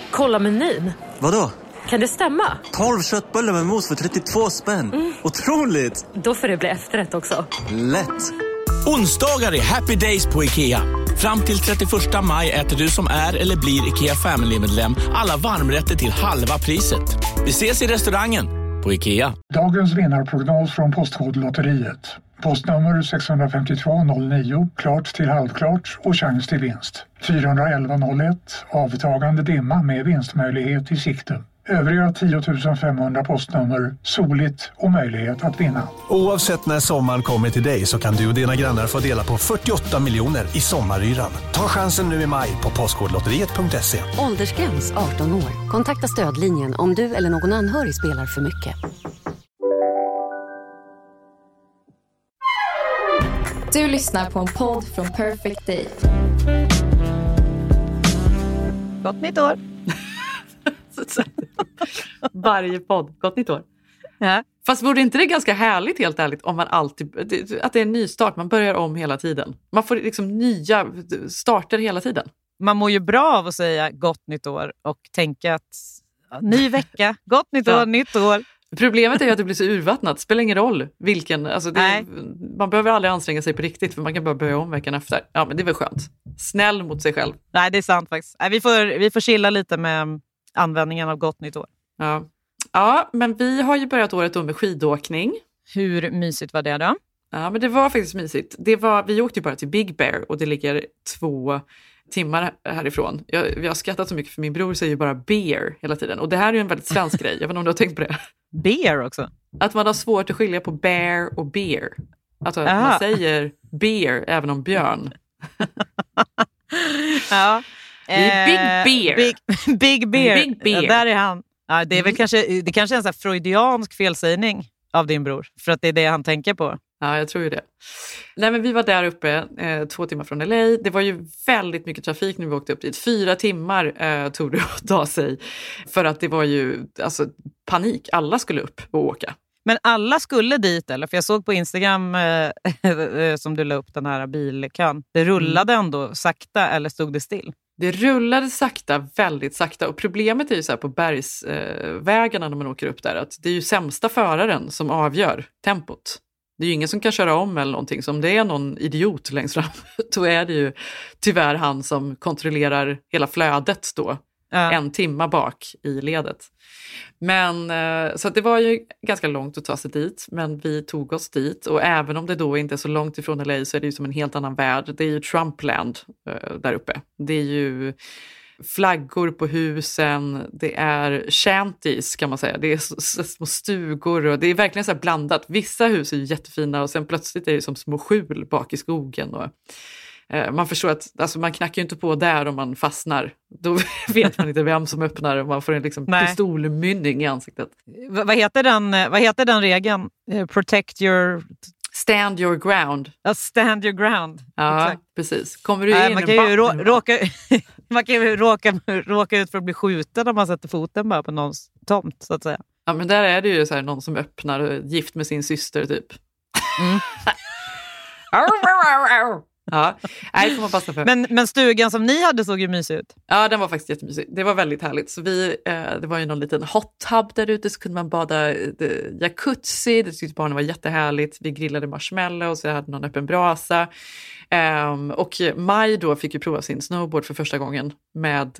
Kolla menyn. Vadå? Kan det stämma? 12 köttbullar med mos för 32 spänn. Otroligt! Då får det bli efterrätt också. Lätt! Onsdagar är happy days på IKEA. Fram till 31 maj äter du som är eller blir IKEA Family-medlem alla varmrätter till halva priset. Vi ses i restaurangen på IKEA. Dagens vinnarprognos från Postkodlotteriet. Postnummer 65209, klart till halvklart och chans till vinst. 41101, avtagande dimma med vinstmöjlighet i sikte. Övriga 10 500 postnummer, soligt och möjlighet att vinna. Oavsett när sommaren kommer till dig så kan du och dina grannar få dela på 48 miljoner i sommaryran. Ta chansen nu i maj på postkodlotteriet.se. Åldersgräns 18 år. Kontakta stödlinjen om du eller någon anhörig spelar för mycket. Du lyssnar på en podd från Perfect Day. Gott nytt år. Varje podd. Gott nytt år. Ja. Fast vore inte det ganska härligt, helt ärligt, om man alltid, att det är en ny start, man börjar om hela tiden. Man får liksom nya starter hela tiden. Man mår ju bra av att säga gott nytt år och tänka att ny vecka, gott nytt år, nytt år. Problemet är ju att det blir så urvattnat. Det spelar ingen roll vilken. Alltså man behöver aldrig anstränga sig på riktigt, för man kan bara börja om veckan efter. Ja, men det är väl skönt. Snäll mot sig själv. Nej, det är sant faktiskt. Nej, vi får chilla lite med användningen av gott nytt år. Ja, men vi har ju börjat året då med skidåkning. Hur mysigt var det då? Ja, men det var faktiskt mysigt. Vi åkte ju bara till Big Bear och det ligger 2 timmar härifrån. Vi har skrattat så mycket för min bror säger ju bara beer hela tiden. Och det här är ju en väldigt svensk grej. Jag vet inte om du har tänkt på det. Beer också? Att man har svårt att skilja på bear och beer. Alltså att man säger beer även om björn. Ja. Det är Big Bear. Big Bear. Big Bear. Där är han. Ja, det är väl kanske är en sån här freudiansk felsägning av din bror. För att det är det han tänker på. Ja, jag tror ju det. Nej, men vi var där uppe 2 timmar från LA. Det var ju väldigt mycket trafik när vi åkte upp dit. 4 timmar tog det att ta sig. För att det var ju panik. Alla skulle upp och åka. Men alla skulle dit, eller? För jag såg på Instagram som du la upp den här bilkön. Det rullade ändå sakta, eller stod det still? Det rullade sakta, väldigt sakta. Och problemet är ju så här på bergsvägarna när man åker upp där, att det är ju sämsta föraren som avgör tempot. Det är ju ingen som kan köra om eller någonting. Så om det är någon idiot längst fram, då är det ju tyvärr han som kontrollerar hela flödet då. 1 timma bak i ledet. Men så att det var ju ganska långt att ta sig dit, men vi tog oss dit, och även om det då inte är så långt ifrån LA så är det ju som en helt annan värld. Det är ju Trumpland där uppe. Det är ju flaggor på husen, det är shanties kan man säga, det är små stugor och det är verkligen så här blandat. Vissa hus är ju jättefina och sen plötsligt är det som små skjul bak i skogen och man förstår att man knackar ju inte på där om man fastnar. Då vet man inte vem som öppnar och man får en liksom pistolmynning i ansiktet. Vad heter den regeln? Protect your... Stand your ground. Stand your ground. Ja, exakt. Precis. Kommer du in man kan ju man kan ju råka ut för att bli skjuten om man sätter foten bara på någons tomt, så att säga. Ja, men där är det ju så här, någon som öppnar gift med sin syster typ. Ja, det får man passa för. Men stugan som ni hade såg ju mysig ut. Ja, den var faktiskt jättemysig. Det var väldigt härligt. Så det var ju någon liten hot tub där ute, så kunde man bada jacuzzi. Det tyckte barnen var jättehärligt. Vi grillade marshmallow, så jag hade någon öppen brasa. Och Maj då fick ju prova sin snowboard för första gången med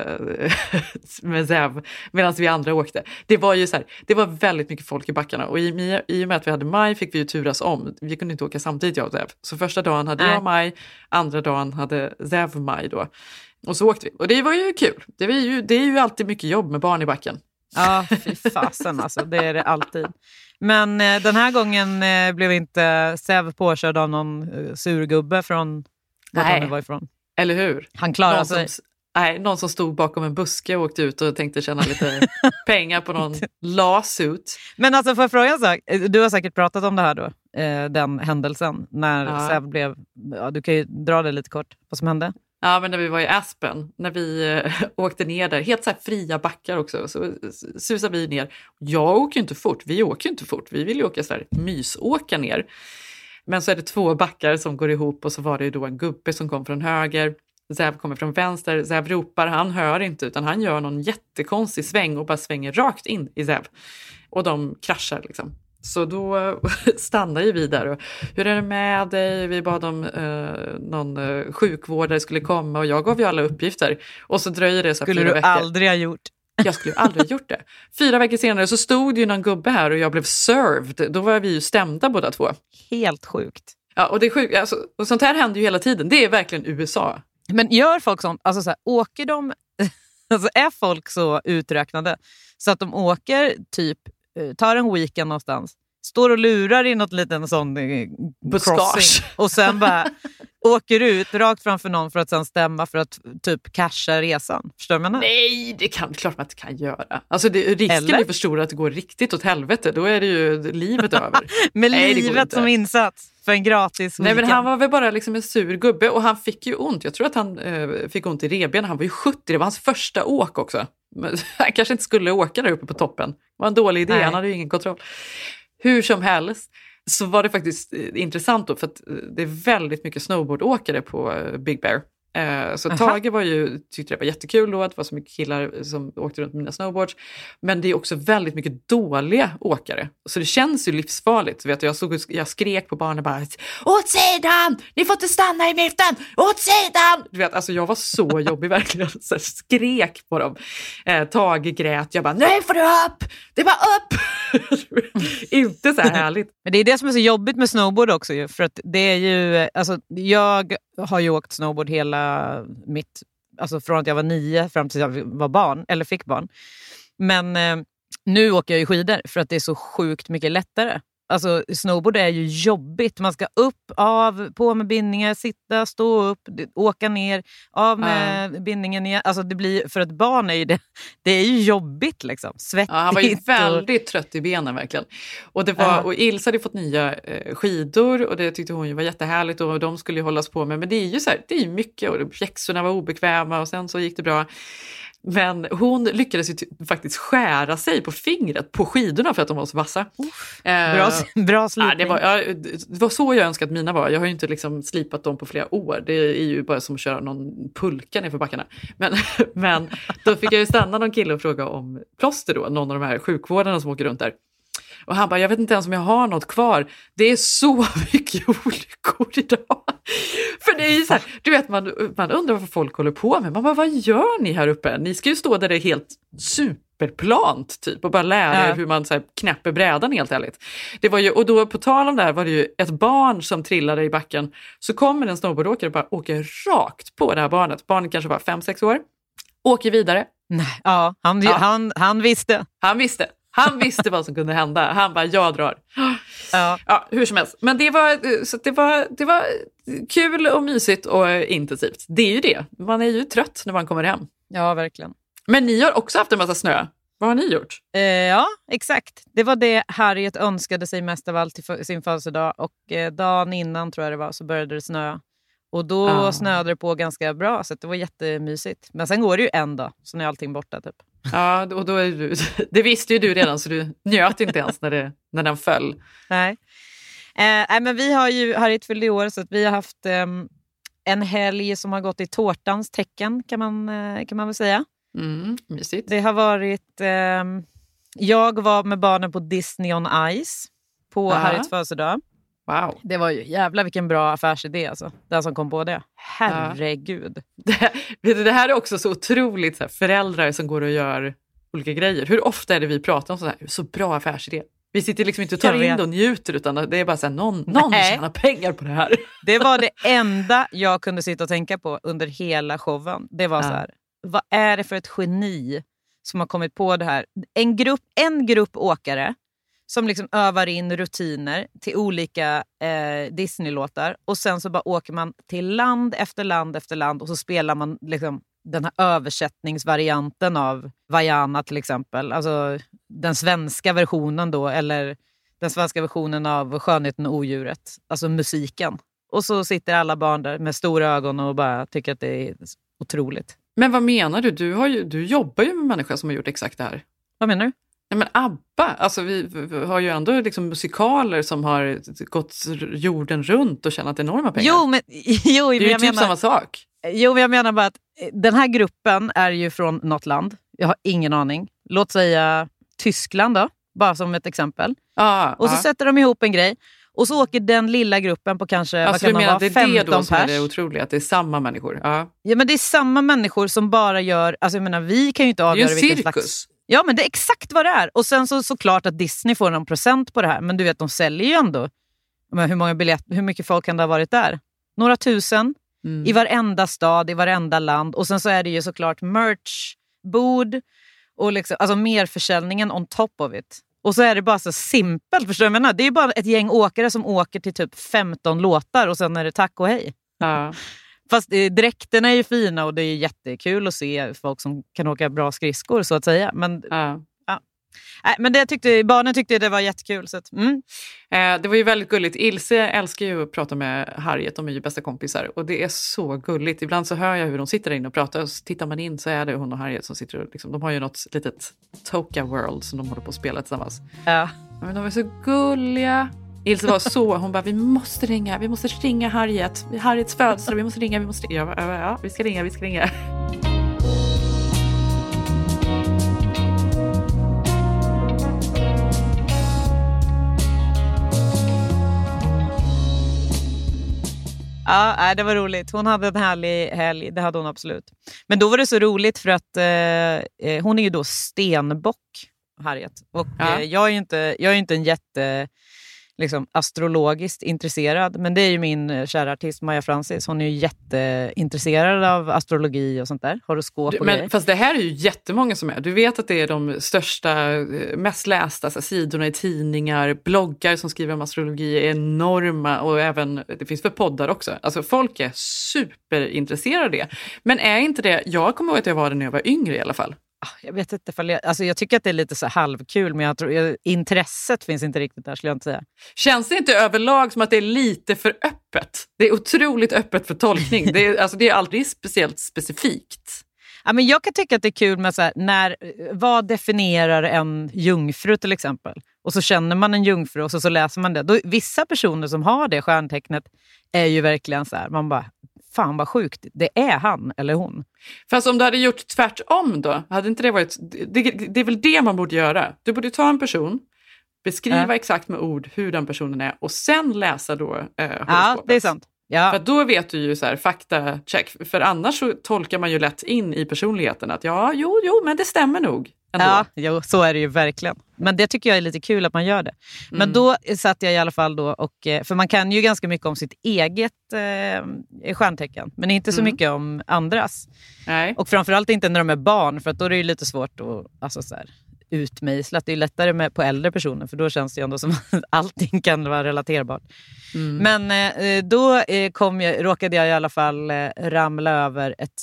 Zev, medan vi andra åkte. Det var ju så här, det var väldigt mycket folk i backarna, och i och med att vi hade Maj fick vi ju turas om. Vi kunde inte åka samtidigt, jag och Zev. Så första dagen hade jag Maj, andra dagen hade Zev Maj då. Och så åkte vi. Och det var ju kul. Det är ju alltid mycket jobb med barn i backen. Ja, fy fasen alltså. Det är det alltid. Men den här gången blev inte Zev påkörd av någon surgubbe från vart han var ifrån. Eller hur? Han klarade sig. Någon som stod bakom en buske och åkte ut och tänkte tjäna lite pengar på någon lawsuit. Men alltså, får jag fråga en sak? Du har säkert pratat om det här då, den händelsen när Zev blev... Ja, du kan ju dra det lite kort, vad som hände. Ja, men när vi var i Aspen, när vi åkte ner där, helt så här fria backar också, så susar vi ner. Jag åker ju inte fort, vi åker ju inte fort, vi vill ju åka så här mysåka ner. Men så är det 2 backar som går ihop, och så var det ju då en gubbe som kom från höger Zev kommer från vänster, Zev ropar, han hör inte utan han gör någon jättekonstig sväng och bara svänger rakt in i Zev. Och de kraschar liksom. Så då stannar ju vi där och hur är det med dig? Vi bad om någon sjukvårdare skulle komma och jag gav ju alla uppgifter. Och så dröjer det så 4 veckor. Skulle du aldrig ha gjort? Jag skulle ju aldrig ha gjort det. 4 veckor senare så stod det ju någon gubbe här och jag blev served. Då var vi ju stämda båda två. Helt sjukt. Ja, och det är sjukt. Alltså, och sånt här händer ju hela tiden. Det är verkligen USA. Men gör folk sånt? Alltså så här, åker de... Alltså är folk så uträknade så att de åker typ, tar en weekend någonstans, står och lurar i något liten sån crossing och sen bara åker ut rakt framför någon för att sen stämma för att typ casha resan. Förstår du vad jag menar? Nej, det kan klart man inte kan göra. Alltså risken är för stor att det går riktigt åt helvete. Då är det ju livet över. Med livet som insats för en gratis weekend. Nej, men han var väl bara liksom en sur gubbe och han fick ju ont. Jag tror att han fick ont i revben. Han var ju 70, det var hans första åk också. Men han kanske inte skulle åka där uppe på toppen. Det var en dålig idé, han hade ju ingen kontroll. Hur som helst så var det faktiskt intressant då, för att det är väldigt mycket snowboardåkare på Big Bear. Så Tage tyckte det var jättekul då att det var så mycket killar som åkte runt med mina snowboards. Men det är också väldigt mycket dåliga åkare. Så det känns ju livsfarligt. Vet du, jag skrek på barnen bara åt sidan! Ni får inte stanna i mitten! Åt sidan! Du vet, alltså jag var så jobbig verkligen. Så skrek på dem. Tage grät. Jag bara, nej får du upp! Det var upp! Inte så här härligt. Men det är det som är så jobbigt med snowboard också ju. För att det är ju, alltså jag har ju åkt snowboard hela mitt, alltså från att jag var 9 fram till jag var barn, eller fick barn. Men nu åker jag ju skidor för att det är så sjukt mycket lättare. Alltså snowboard är ju jobbigt. Man ska upp, av, på med bindningar, sitta, stå upp, åka ner, av med bindningen igen. Alltså det blir, för ett barn är ju det är ju jobbigt liksom. Svettigt. Ja, han var ju väldigt trött i benen verkligen. Och, det var, och Ilse hade fått nya skidor och det tyckte hon ju var jättehärligt och de skulle ju hållas på med. Men det är ju så här, det är ju mycket och pjäxorna var obekväma och sen så gick det bra. Men hon lyckades ju faktiskt skära sig på fingret på skidorna för att de var så vassa. Bra slipning. Det var så jag önskade att mina var. Jag har ju inte liksom slipat dem på flera år. Det är ju bara som att köra någon pulka ner för backarna. Men då fick jag ju stanna någon kille och fråga om plåster då. Någon av de här sjukvårdarna som åker runt där. Och han bara, jag vet inte ens om jag har något kvar. Det är så mycket olyckor idag. För det är ju så här, du vet, man undrar vad folk håller på med. Man bara, vad gör ni här uppe? Ni ska ju stå där det är helt superplant typ och bara lära er hur man så här, knäpper brädan helt ärligt. Det var ju, och då på tal om det här var det ju ett barn som trillade i backen. Så kommer en snowboardåkare och bara åker rakt på det här barnet. Barnet kanske var 5-6 år. Åker vidare. Nej, han visste. Han visste vad som kunde hända. Han bara, jag drar. Ja, hur som helst. Men det var kul och mysigt och intensivt. Det är ju det. Man är ju trött när man kommer hem. Ja, verkligen. Men ni har också haft en massa snö. Vad har ni gjort? Ja, exakt. Det var det Harriet önskade sig mest av allt till sin födelsedag. Och dagen innan tror jag det var så började det snöa. Och då snöade det på ganska bra så det var jättemysigt. Men sen går det ju en dag så nu är allting borta typ. Ja, och då är du, det visste ju du redan så du njöt inte ens när den föll. Nej. Men vi har ju Harriet fyllde i år så att vi har haft en helg som har gått i tårtans tecken kan man väl säga. Mysigt. Det har varit jag var med barnen på Disney on Ice på Harriets födelsedag. Wow. Det var ju jävla vilken bra affärsidé alltså. Den som kom på det. Herregud. Det här är också så otroligt så här, föräldrar som går och gör olika grejer. Hur ofta är det vi pratar om så bra affärsidé? Vi sitter liksom inte och tar in och njuter utan det är bara så här, någon tjänar pengar på det här. Det var det enda jag kunde sitta och tänka på under hela showen. Det var så här, vad är det för ett geni som har kommit på det här? En grupp åkare som liksom övar in rutiner till olika Disney-låtar. Och sen så bara åker man till land efter land efter land. Och så spelar man liksom den här översättningsvarianten av Vaiana till exempel. Alltså den svenska versionen då. Eller den svenska versionen av Skönheten och odjuret. Alltså musiken. Och så sitter alla barn där med stora ögon och bara tycker att det är otroligt. Men vad menar du? Du jobbar ju med människor som har gjort exakt det här. Vad menar du? Nej, men ABBA, alltså vi har ju ändå liksom musikaler som har gått jorden runt och tjänat enorma pengar. Jo, det är ju typ samma sak. Jo, jag menar bara att den här gruppen är ju från något land. Jag har ingen aning. Låt säga Tyskland då, bara som ett exempel. Och så sätter de ihop en grej. Och så åker den lilla gruppen på kanske, vad kan man vara, 15 pers. Det är det då som är det otroliga, att det är samma människor. Ja, men det är samma människor som bara gör, alltså jag menar, vi kan ju inte avgöra vilken slags... Ja, men det är exakt vad det är. Och sen såklart att Disney får någon procent på det här. Men du vet, de säljer ju ändå. Men hur mycket folk kan det ha varit där? Några tusen. I varenda stad, i varenda land. Och sen så är det ju såklart merchbord. Och liksom, alltså mer försäljningen on top of it. Och så är det bara så simpelt, förstår du? Jag menar, det är bara ett gäng åkare som åker till typ 15 låtar. Och sen är det tack och hej. Ja. Fast dräkterna är ju fina och det är jättekul att se folk som kan åka bra skridskor så att säga. Men, men barnen tyckte det var jättekul. Så att, det var ju väldigt gulligt. Ilse älskar ju att prata med Harriet, de är ju bästa kompisar. Och det är så gulligt. Ibland så hör jag hur de sitter där inne och pratar. Och så tittar man in så är det hon och Harriet som sitter och liksom, de har ju något litet Toka World som de håller på att spela tillsammans. Ja. Men de är så gulliga. Ilse var så, hon bara, vi måste ringa Harriets födelsedag, vi måste ringa. Ja, vi ska ringa. Ja, det var roligt. Hon hade en härlig helg, det hade hon absolut. Men då var det så roligt för att hon är ju då stenbock, Harriet. Och jag är ju inte en jätte... liksom astrologiskt intresserad, men det är ju min kära artist Maja Francis. Hon är ju jätteintresserad av astrologi och sånt där, horoskop och grejer. Fast det här är ju jättemånga som är. Du vet att det är de största, mest lästa sidorna i tidningar, bloggar som skriver om astrologi är enorma, och även det finns för poddar också. Alltså folk är superintresserade av det. Men är inte det, jag kommer ihåg att jag var det när jag var yngre i alla fall. Jag vet inte, jag tycker att det är lite så halvkul, men jag tror intresset finns inte riktigt där, skulle jag inte säga. Känns det inte överlag som att det är lite för öppet? Det är otroligt öppet för tolkning. Det är aldrig speciellt specifikt. Ja, men jag kan tycka att det är kul med så här, vad definierar en jungfru till exempel? Och så känner man en jungfru och så läser man det. Då, vissa personer som har det stjärntecknet är ju verkligen så här, man bara, fan vad sjukt, det är han eller hon. Fast om du hade gjort tvärtom då, hade inte det varit, det är väl det man borde göra. Du borde ta en person, beskriva exakt med ord hur den personen är och sen läsa då horoskopet. Ja, det är sant. Ja. För då vet du ju så här, fakta check. För annars så tolkar man ju lätt in i personligheten att jo, men det stämmer nog ändå. Ja, så är det ju verkligen. Men det tycker jag är lite kul att man gör det. Men då satt jag i alla fall då och, för man kan ju ganska mycket om sitt eget stjärntecken, men inte så mycket om andras. Nej. Och framförallt inte när de är barn, för att då är det ju lite svårt att, alltså så här, utmejslat. Det är lättare på äldre personer, för då känns det ju ändå som att allting kan vara relaterbart. Men då råkade jag i alla fall ramla över ett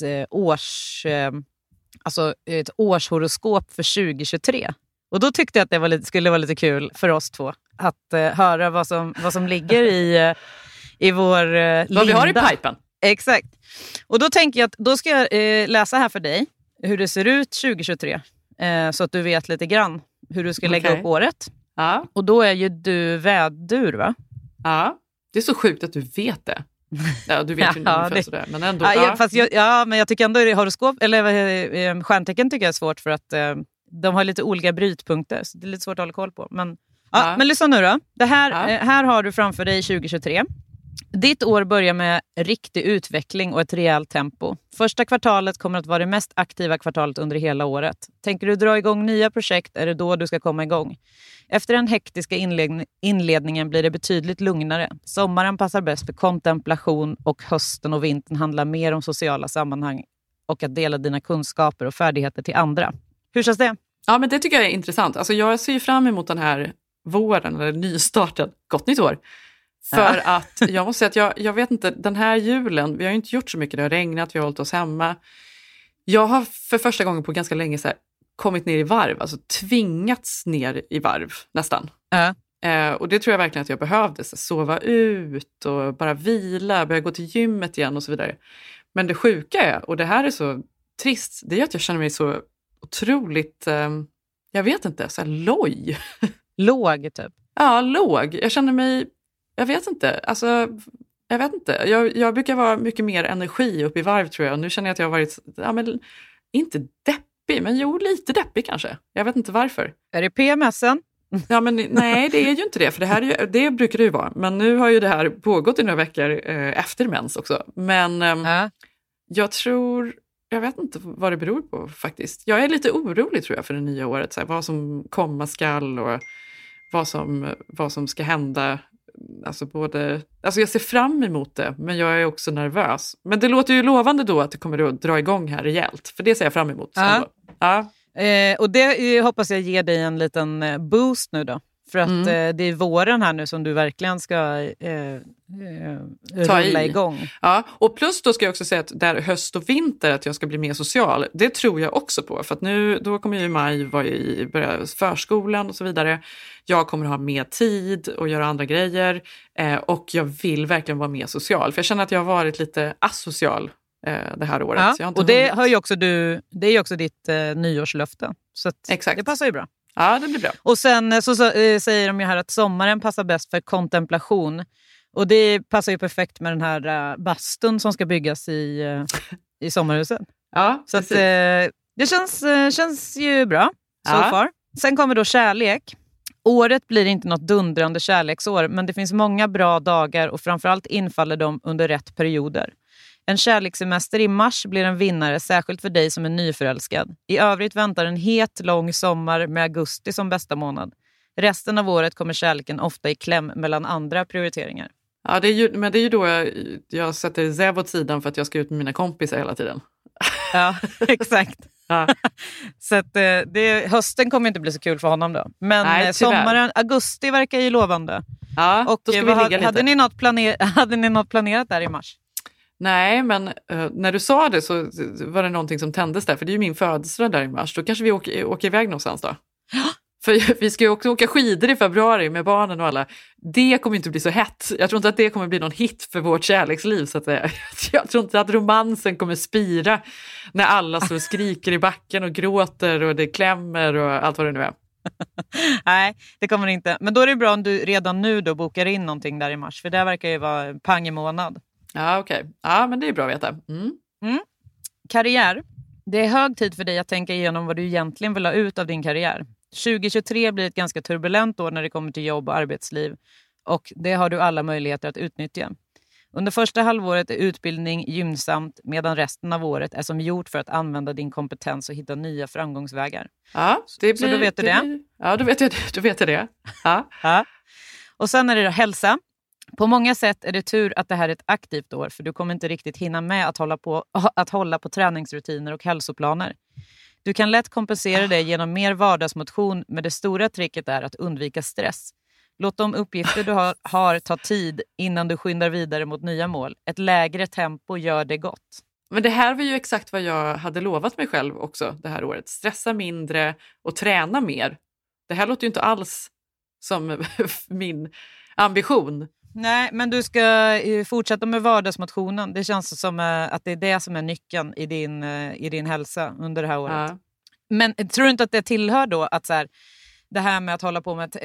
årshoroskop för 2023. Och då tyckte jag att det skulle vara lite kul för oss två att höra vad som ligger i vår linda. Vad vi har i pipen. Exakt. Och då tänker jag att då ska jag läsa här för dig hur det ser ut 2023. Så att du vet lite grann hur du ska lägga upp året. Ja. Och då är ju du vädur, va? Ja, det är så sjukt att du vet det. Ja, du vet ju ungefär sådär, men ändå. Men jag tycker ändå horoskop, eller stjärntecken tycker jag är svårt, för att de har lite olika brytpunkter, så det är lite svårt att hålla koll på. Men lyssna nu då. Det här har du framför dig 2023. Ditt år börjar med riktig utveckling och ett rejält tempo. Första kvartalet kommer att vara det mest aktiva kvartalet under hela året. Tänker du dra igång nya projekt är det då du ska komma igång. Efter den hektiska inledningen blir det betydligt lugnare. Sommaren passar bäst för kontemplation och hösten och vintern handlar mer om sociala sammanhang och att dela dina kunskaper och färdigheter till andra. Hur känns det? Ja, men det tycker jag är intressant. Alltså jag ser ju fram emot den här våren, eller nystarten. Gott nytt år! För att jag måste säga att jag vet inte, den här julen, vi har ju inte gjort så mycket, det har regnat, vi har hållit oss hemma. Jag har för första gången på ganska länge så här, kommit ner i varv, alltså tvingats ner i varv nästan. Och det tror jag verkligen att jag behövde, så sova ut och bara vila, börja gå till gymmet igen och så vidare. Men det sjuka är, och det här är så trist, det är att jag känner mig så otroligt, jag vet inte, så här loj. Låg typ? Ja, låg. Jag känner mig, jag vet inte, alltså Jag vet inte. Jag brukar vara mycket mer energi upp i varv tror jag. Och nu känner jag att jag har varit, inte deppig, men lite deppig kanske. Jag vet inte varför. Är det PMSen? Ja, men nej, det är ju inte det. För det brukar det ju vara. Men nu har ju det här pågått i några veckor efter mens också. Men jag vet inte vad det beror på faktiskt. Jag är lite orolig tror jag för det nya året. Så här, vad som komma skall och vad som ska hända. Alltså jag ser fram emot det, men jag är också nervös. Men det låter ju lovande då att det kommer att dra igång här rejält. För det ser jag fram emot. Ja. Och det hoppas jag ger dig en liten boost nu då. För att det är våren här nu som du verkligen ska rulla igång. Ja, och plus då ska jag också säga att där höst och vinter att jag ska bli mer social. Det tror jag också på. För att då kommer ju maj börja förskolan och så vidare. Jag kommer ha mer tid och göra andra grejer. Och jag vill verkligen vara mer social. För jag känner att jag har varit lite asocial det här året. Ja, och det är ju också ditt nyårslöfte. Så exakt. Det passar ju bra. Ja, det blir bra. Och sen så säger de ju här att sommaren passar bäst för kontemplation. Och det passar ju perfekt med den här bastun som ska byggas i sommarhuset. Ja, så att, det känns ju bra so far. Sen kommer då kärlek. Året blir inte något dundrande kärleksår, men det finns många bra dagar och framförallt infaller de under rätt perioder. En kärlekssemester i mars blir en vinnare, särskilt för dig som är nyförälskad. I övrigt väntar en het, lång sommar med augusti som bästa månad. Resten av året kommer kärleken ofta i kläm mellan andra prioriteringar. Ja, men det är ju då jag sätter Zev åt sidan för att jag ska ut med mina kompisar hela tiden. Ja, exakt. Ja. Så att, hösten kommer inte bli så kul för honom då. Men nej, sommaren, augusti verkar ju lovande. Ja, och då ska vi ligga lite. Hade ni något planerat där i mars? Nej, men när du sa det så var det någonting som tändes där. För det är ju min födelsedag där i mars. Då kanske vi åker iväg någonstans då. För vi ska ju också åka skidor i februari med barnen och alla. Det kommer inte bli så hett. Jag tror inte att det kommer bli någon hit för vårt kärleksliv. Så att säga. Jag tror inte att romansen kommer spira när alla står och skriker i backen och gråter och det klämmer och allt vad det nu är. Nej, det kommer inte. Men då är det bra om du redan nu då bokar in någonting där i mars. För det verkar ju vara pang i månad. Ja, okej. Ja, men det är bra att veta. Karriär. Det är hög tid för dig att tänka igenom vad du egentligen vill ha ut av din karriär. 2023 blir ett ganska turbulent år när det kommer till jobb och arbetsliv. Och det har du alla möjligheter att utnyttja. Under första halvåret är utbildning gynnsamt medan resten av året är som gjort för att använda din kompetens och hitta nya framgångsvägar. Ja, så då vet du det. Ja, då vet jag det. Ja. Ja. Och sen är det hälsa. På många sätt är det tur att det här är ett aktivt år för du kommer inte riktigt hinna med att hålla på träningsrutiner och hälsoplaner. Du kan lätt kompensera det genom mer vardagsmotion, men det stora tricket är att undvika stress. Låt de uppgifter du har ta tid innan du skyndar vidare mot nya mål. Ett lägre tempo gör det gott. Men det här var ju exakt vad jag hade lovat mig själv också det här året. Stressa mindre och träna mer. Det här låter ju inte alls som min ambition. Nej, men du ska fortsätta med vardagsmotionen. Det känns som att det är det som är nyckeln i din hälsa under det här året. Ja. Men tror du inte att det tillhör då att så här, det här med att hålla på med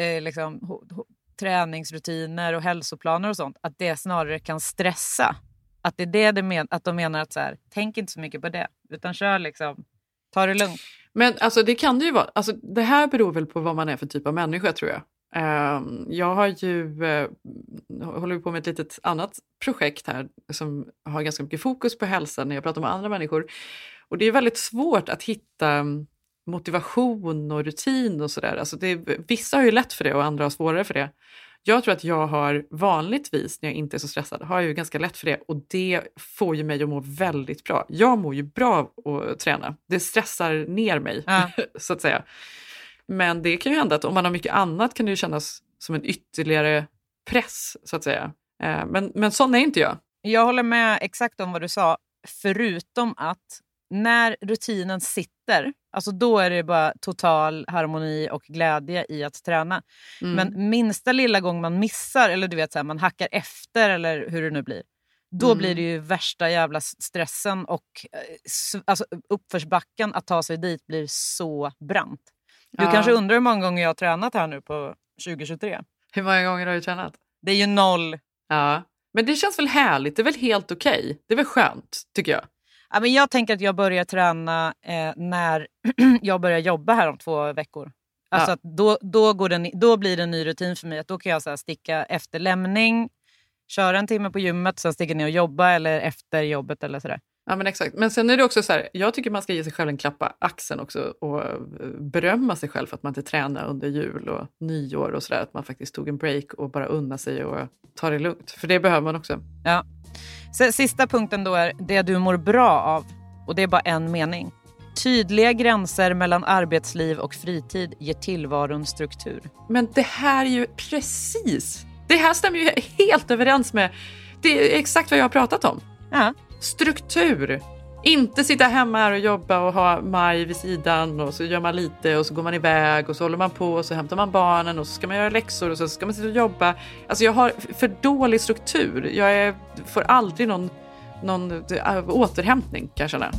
träningsrutiner och hälsoplaner och sånt, att det snarare kan stressa? Att det är det att de menar att så här, tänk inte så mycket på det, utan kör liksom, ta det lugnt. Men alltså det kan det ju vara. Alltså, det här beror väl på vad man är för typ av människa tror jag. Jag har ju håller på med ett litet annat projekt här som har ganska mycket fokus på hälsan när jag pratar med andra människor. Och det är väldigt svårt att hitta motivation och rutin och sådär. Alltså vissa har ju lätt för det och andra har svårare för det. Jag tror att jag har vanligtvis när jag inte är så stressad har jag ju ganska lätt för det och det får ju mig att må väldigt bra. Jag mår ju bra att träna. Det stressar ner mig så att säga. Men det kan ju hända att om man har mycket annat kan det ju kännas som en ytterligare press så att säga. Men sån är inte jag. Jag håller med exakt om vad du sa. Förutom att när rutinen sitter, alltså då är det bara total harmoni och glädje i att träna. Men minsta lilla gång man missar eller du vet så här, man hackar efter eller hur det nu blir. Då blir det ju värsta jävla stressen och alltså uppförsbacken att ta sig dit blir så brant. Du kanske undrar hur många gånger jag har tränat här nu på 2023. Hur många gånger har du tränat? Det är ju 0. Ja. Men det känns väl härligt, det är väl helt okej. Det är väl skönt, tycker jag. Ja, men jag tänker att jag börjar träna när jag börjar jobba här om 2 veckor. Alltså att då blir det en ny rutin för mig. Att då kan jag så här sticka efter lämning, köra en timme på gymmet, sen sticka ner och jobba eller efter jobbet eller sådär. Ja, men exakt. Men sen är det också så här, jag tycker man ska ge sig själv en klapp på axeln också och berömma sig själv för att man inte tränar under jul och nyår och sådär. Att man faktiskt tog en break och bara unna sig och ta det lugnt. För det behöver man också. Ja. Så, sista punkten då är det du mår bra av. Och det är bara en mening. Tydliga gränser mellan arbetsliv och fritid ger tillvaron struktur. Men det här är ju precis. Det här stämmer ju helt överens med. Det är exakt vad jag har pratat om. Ja. Struktur. Inte sitta hemma här och jobba och ha Maj vid sidan och så gör man lite och så går man iväg och så håller man på och så hämtar man barnen och så ska man göra läxor och så ska man sitta och jobba. Alltså jag har för dålig struktur. Jag får aldrig någon återhämtning, kan jag känna.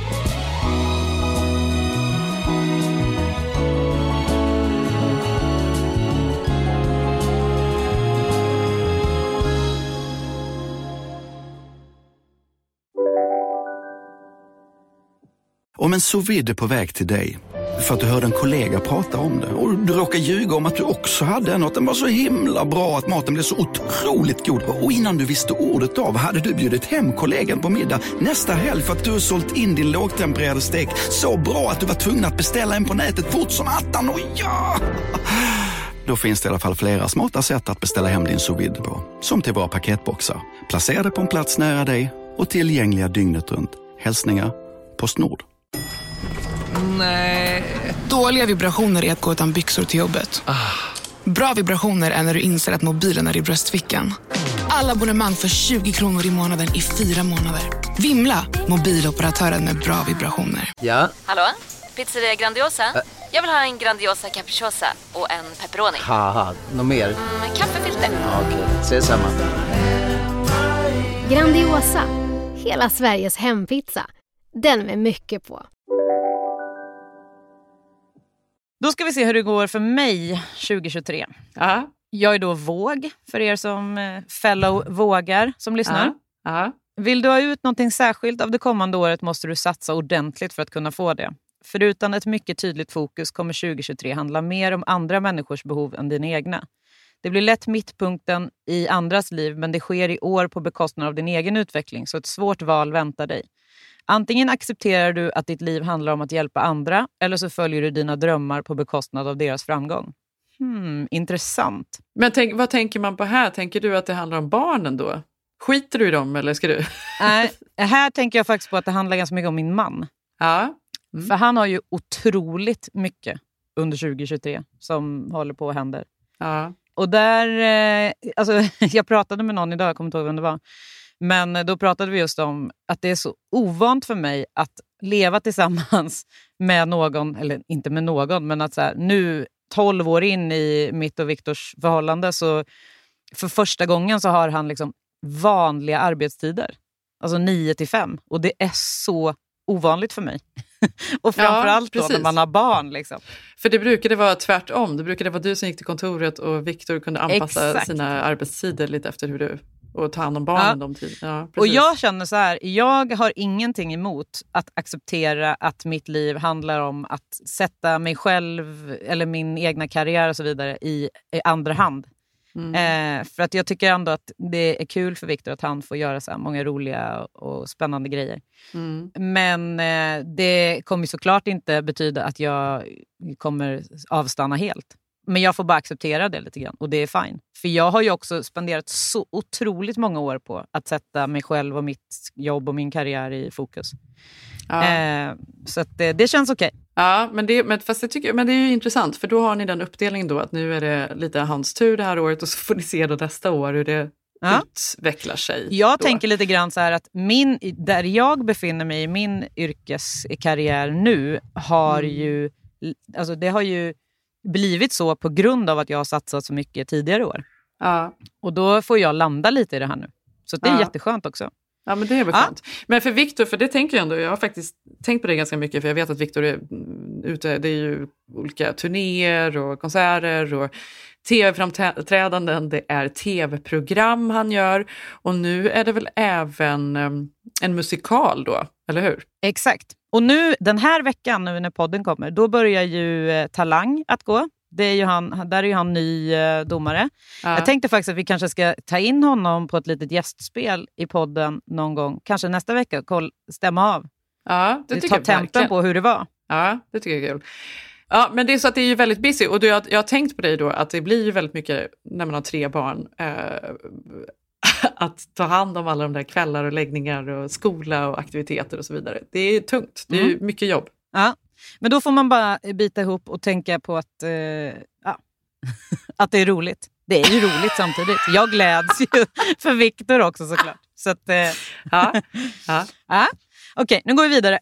Om en sous vide är på väg till dig för att du hörde en kollega prata om det och du råkar ljuga om att du också hade en och att den var så himla bra att maten blev så otroligt god. Och innan du visste ordet av hade du bjudit hem kollegan på middag nästa helg för att du har sålt in din lågtempererade stek så bra att du var tvungen att beställa en på nätet fort som attan. Och ja! Då finns det i alla fall flera smarta sätt att beställa hem din sous vide på. Som till våra paketboxar. Placerade på en plats nära dig och tillgängliga dygnet runt. Hälsningar PostNord. Nej. Dåliga vibrationer är att gå utan byxor till jobbet. Bra vibrationer är när du inser att mobilen är i bröstfickan. Alla abonnemang för 20 kronor i månaden i 4 månader. Vimla, mobiloperatören med bra vibrationer. Ja? Hallå? Pizzeria Grandiosa? Jag vill ha en Grandiosa capriciosa och en pepperoni. Haha, något mer? Kaffefilter. Ja, okej, ses samma. Grandiosa, hela Sveriges hempizza. Den med mycket på. Då ska vi se hur det går för mig 2023. Ja. Jag är då våg, för er som fellow vågar som lyssnar. Ja. Vill du ha ut någonting särskilt av det kommande året måste du satsa ordentligt för att kunna få det. För utan ett mycket tydligt fokus kommer 2023 handla mer om andra människors behov än dina egna. Det blir lätt mittpunkten i andras liv, men det sker i år på bekostnad av din egen utveckling, så ett svårt val väntar dig. Antingen accepterar du att ditt liv handlar om att hjälpa andra, eller så följer du dina drömmar på bekostnad av deras framgång. Intressant. Men vad tänker man på här? Tänker du att det handlar om barnen då? Skiter du i dem eller ska du? Nej, här tänker jag faktiskt på att det handlar ganska mycket om min man. Ja. För han har ju otroligt mycket under 2023 som håller på och händer. Ja. Och där, alltså jag pratade med någon idag, jag kommer inte ihåg vem det var. Men då pratade vi just om att det är så ovant för mig att leva tillsammans med någon, eller inte med någon, men att så här, nu 12 år in i mitt och Viktors förhållande så för första gången så har han liksom vanliga arbetstider. Alltså 9-5. Och det är så ovanligt för mig. Och framförallt då när man har barn liksom. För det brukade vara tvärtom. Det brukade vara du som gick till kontoret och Viktor kunde anpassa sina arbetstider lite efter hur du och ta hand om barnen de tiderna. Ja, och jag känner så här, jag har ingenting emot att acceptera att mitt liv handlar om att sätta mig själv eller min egna karriär och så vidare i andra hand. För att jag tycker ändå att det är kul för Viktor att han får göra så här många roliga och spännande grejer. Men det kommer såklart inte betyda att jag kommer avstanna helt. Men jag får bara acceptera det lite grann. Och det är fine. För jag har ju också spenderat så otroligt många år på att sätta mig själv och mitt jobb och min karriär i fokus. Ja. Så att det känns okej. Ja, men det är ju intressant. För då har ni den uppdelningen då att nu är det lite hans tur det här året. Och så får ni se då nästa år hur det utvecklar sig. Jag tänker lite grann så här att där jag befinner mig i min yrkeskarriär nu har ju... Alltså det har ju blivit så på grund av att jag har satsat så mycket tidigare år. Ja. Och då får jag landa lite i det här nu. Så det är jätteskönt också. Ja, men det är väl skönt. Men för Viktor, för det tänker jag ändå, jag har faktiskt tänkt på det ganska mycket, för jag vet att Viktor är ute, det är ju olika turnéer och konserter och tv-framträdanden. Det är tv-program han gör. Och nu är det väl även en musikal då, eller hur? Exakt. Och nu, den här veckan, nu när podden kommer, då börjar ju Talang att gå. Det är ju där är ju han ny domare. Ja. Jag tänkte faktiskt att vi kanske ska ta in honom på ett litet gästspel i podden någon gång. Kanske nästa vecka, stämma av. Ja, det tycker jag verkligen. Ta tempen på hur det var. Ja, det tycker jag är kul. Ja, men det är så att det är ju väldigt busy. Och jag har tänkt på dig då att det blir ju väldigt mycket när man har 3 barn. Att ta hand om alla de där kvällar och läggningar och skola och aktiviteter och så vidare. Det är tungt. Det är ju mycket jobb. Ja. Men då får man bara bita ihop och tänka på att, att det är roligt. Det är ju roligt samtidigt. Jag gläds ju för Viktor också såklart. Så att, Okej, nu går vi vidare.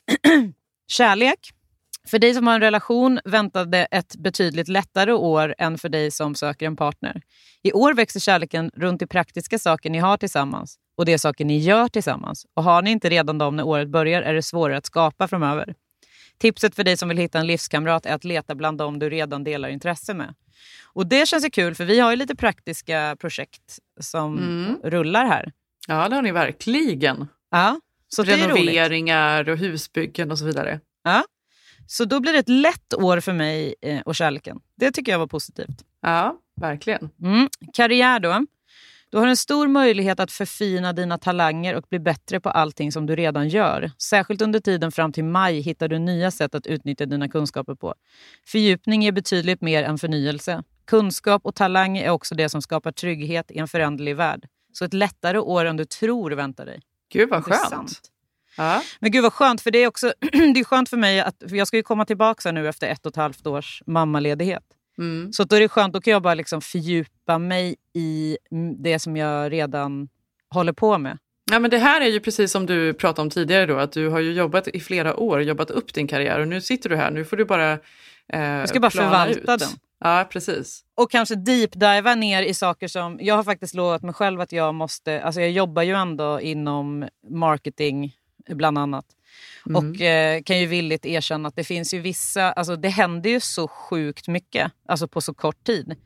Kärlek. För dig som har en relation väntade ett betydligt lättare år än för dig som söker en partner. I år växer kärleken runt de praktiska saker ni har tillsammans och det saker ni gör tillsammans. Och har ni inte redan dem när året börjar är det svårare att skapa framöver. Tipset för dig som vill hitta en livskamrat är att leta bland dem du redan delar intresse med. Och det känns ju kul för vi har ju lite praktiska projekt som rullar här. Ja, det har ni verkligen. Ja, så renoveringar och husbyggen och så vidare. Ja, så då blir det ett lätt år för mig och kärleken. Det tycker jag var positivt. Ja, verkligen. Karriär då. Du har en stor möjlighet att förfina dina talanger och bli bättre på allting som du redan gör. Särskilt under tiden fram till maj hittar du nya sätt att utnyttja dina kunskaper på. Fördjupning är betydligt mer än förnyelse. Kunskap och talang är också det som skapar trygghet i en föränderlig värld. Så ett lättare år än du tror väntar dig. Gud vad skönt. Ja. Men gud vad skönt, för det är också det är skönt för mig att för jag ska ju komma tillbaka nu efter 1,5 års mammaledighet. Så då är det skönt, då kan jag bara liksom fördjupa mig i det som jag redan håller på med. Ja, men det här är ju precis som du pratade om tidigare då, att du har ju jobbat i flera år, jobbat upp din karriär och nu sitter du här, nu får du bara jag ska bara förvalta ut. Den. Ja, precis. Och kanske deep-diva ner i saker som, jag har faktiskt lovat mig själv att jag måste, alltså jag jobbar ju ändå inom marketing bland annat. Och kan ju villigt erkänna att det finns ju vissa, alltså det händer ju så sjukt mycket, alltså på så kort tid.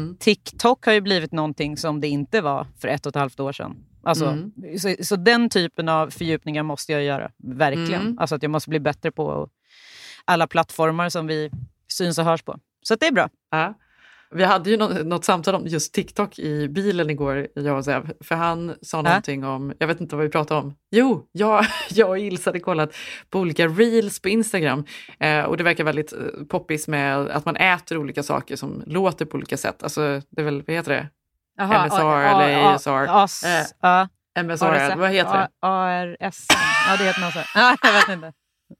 TikTok har ju blivit någonting som det inte var för 1,5 år sedan. Alltså, så den typen av fördjupningar måste jag göra, verkligen. Alltså att jag måste bli bättre på alla plattformar som vi syns och hörs på. Så att det är bra. Ja. Vi hade ju något samtal om just TikTok i bilen igår, jag och Zev. För han sa någonting om, jag vet inte vad vi pratade om. Jo, jag och Ilse hade kollat på olika reels på Instagram. Och det verkar väldigt poppis med att man äter olika saker som låter på olika sätt. Alltså, det är väl, vad heter det? MSR eller ASR? MSR, vad heter det? ARS. Ja, det heter något så. Ja, jag vet inte.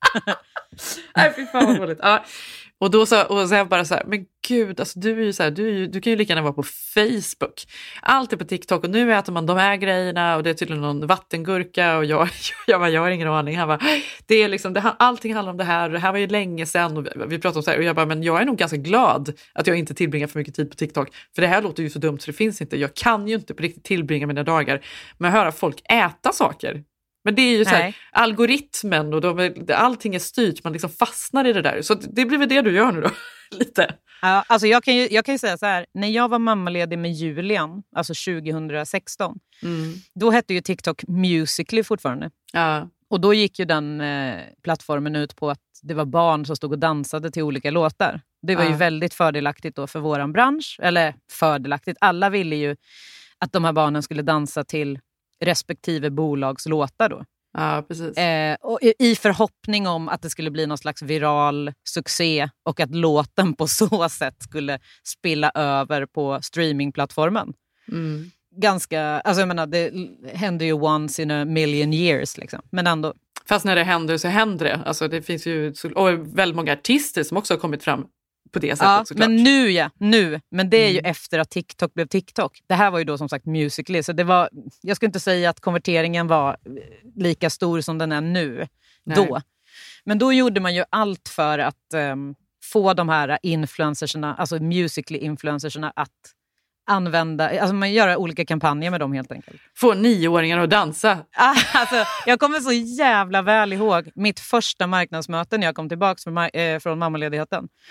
Nej, fy fan vad dåligt. Ja. Och då så jag bara så här, men gud, alltså du är ju så här, du kan ju lika gärna vara på Facebook. Allt är på TikTok och nu äter man de här grejerna och det är tydligen någon vattengurka och jag har ingen aning. Han bara, det är liksom, allting handlar om det här och det här var ju länge sedan och vi pratade om så här och jag bara, men jag är nog ganska glad att jag inte tillbringar för mycket tid på TikTok. För det här låter ju så dumt så det finns inte. Jag kan ju inte på riktigt tillbringa mina dagar med att höra folk äta saker. Men det är ju så här, algoritmen och allting är styrt, man liksom fastnar i det där. Så det blir väl det du gör nu då, lite. Ja, alltså jag kan ju säga så här, när jag var mammaledig med Julian, alltså 2016, då hette ju TikTok Musical.ly fortfarande. Ja. Och då gick ju den plattformen ut på att det var barn som stod och dansade till olika låtar. Det var ju väldigt fördelaktigt då för våran bransch, eller fördelaktigt, alla ville ju att de här barnen skulle dansa till respektive bolags låtar då. Ja, precis. Och i förhoppning om att det skulle bli någon slags viral succé och att låten på så sätt skulle spilla över på streamingplattformen. Ganska, alltså jag menar, det händer ju once in a million years liksom. Men ändå. Fast när det händer så händer det. Alltså det finns ju och väldigt många artister som också har kommit fram på det sättet såklart. Men nu. Men det är ju efter att TikTok blev TikTok. Det här var ju då som sagt Musical.ly. Så det var, jag skulle inte säga att konverteringen var lika stor som den är nu. Då. Men då gjorde man ju allt för att få de här influencersarna, alltså Musical.ly-influencersarna att använda, alltså man gör olika kampanjer med dem helt enkelt. Få 9-åringar att dansa. Alltså, jag kommer så jävla väl ihåg mitt första marknadsmöte när jag kom tillbaka från mammaledigheten.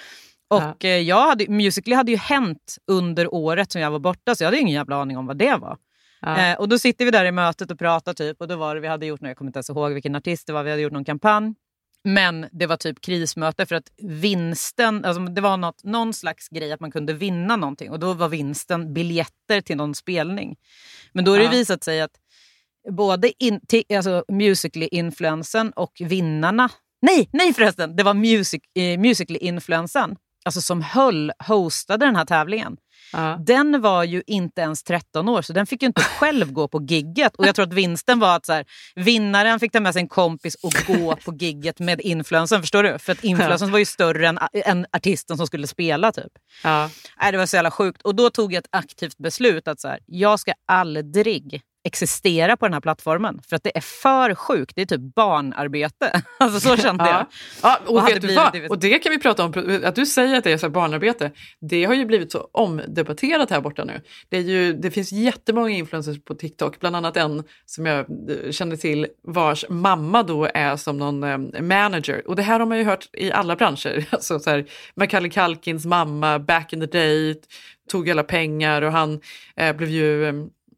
Och Musical.ly hade ju hänt under året som jag var borta, så jag hade ingen jävla aning om vad det var. Och då sitter vi där i mötet och pratar typ, och då var det vi hade gjort, jag kommer inte ens ihåg vilken artist det var, vi hade gjort någon kampanj. Men det var typ krismöte för att vinsten, alltså det var någon slags grej att man kunde vinna någonting. Och då var vinsten biljetter till någon spelning. Men då har det visat sig att både Musical.ly-influensen och vinnarna... Nej förresten, det var Musical.ly-influensen. Alltså som hostade den här tävlingen. Den var ju inte ens 13 år, så den fick ju inte själv gå på gigget. Och jag tror att vinsten var att så här, vinnaren fick ta med sig en kompis och gå på gigget med influensen, förstår du? För att influensen var ju större än artisten som skulle spela typ. Det var så jävla sjukt. Och då tog jag ett aktivt beslut att så här, jag ska aldrig existera på den här plattformen, för att det är för sjukt, det är typ barnarbete. Alltså så kände jag. Och vet du vad? Och det kan vi prata om, att du säger att det är så här barnarbete, det har ju blivit så omdebatterat här borta nu. Det finns jättemånga influencers på TikTok, bland annat en som jag känner till vars mamma då är som någon manager, och det här har man ju hört i alla branscher. Alltså så här, Macaulay Culkins mamma back in the day tog alla pengar, och han blev ju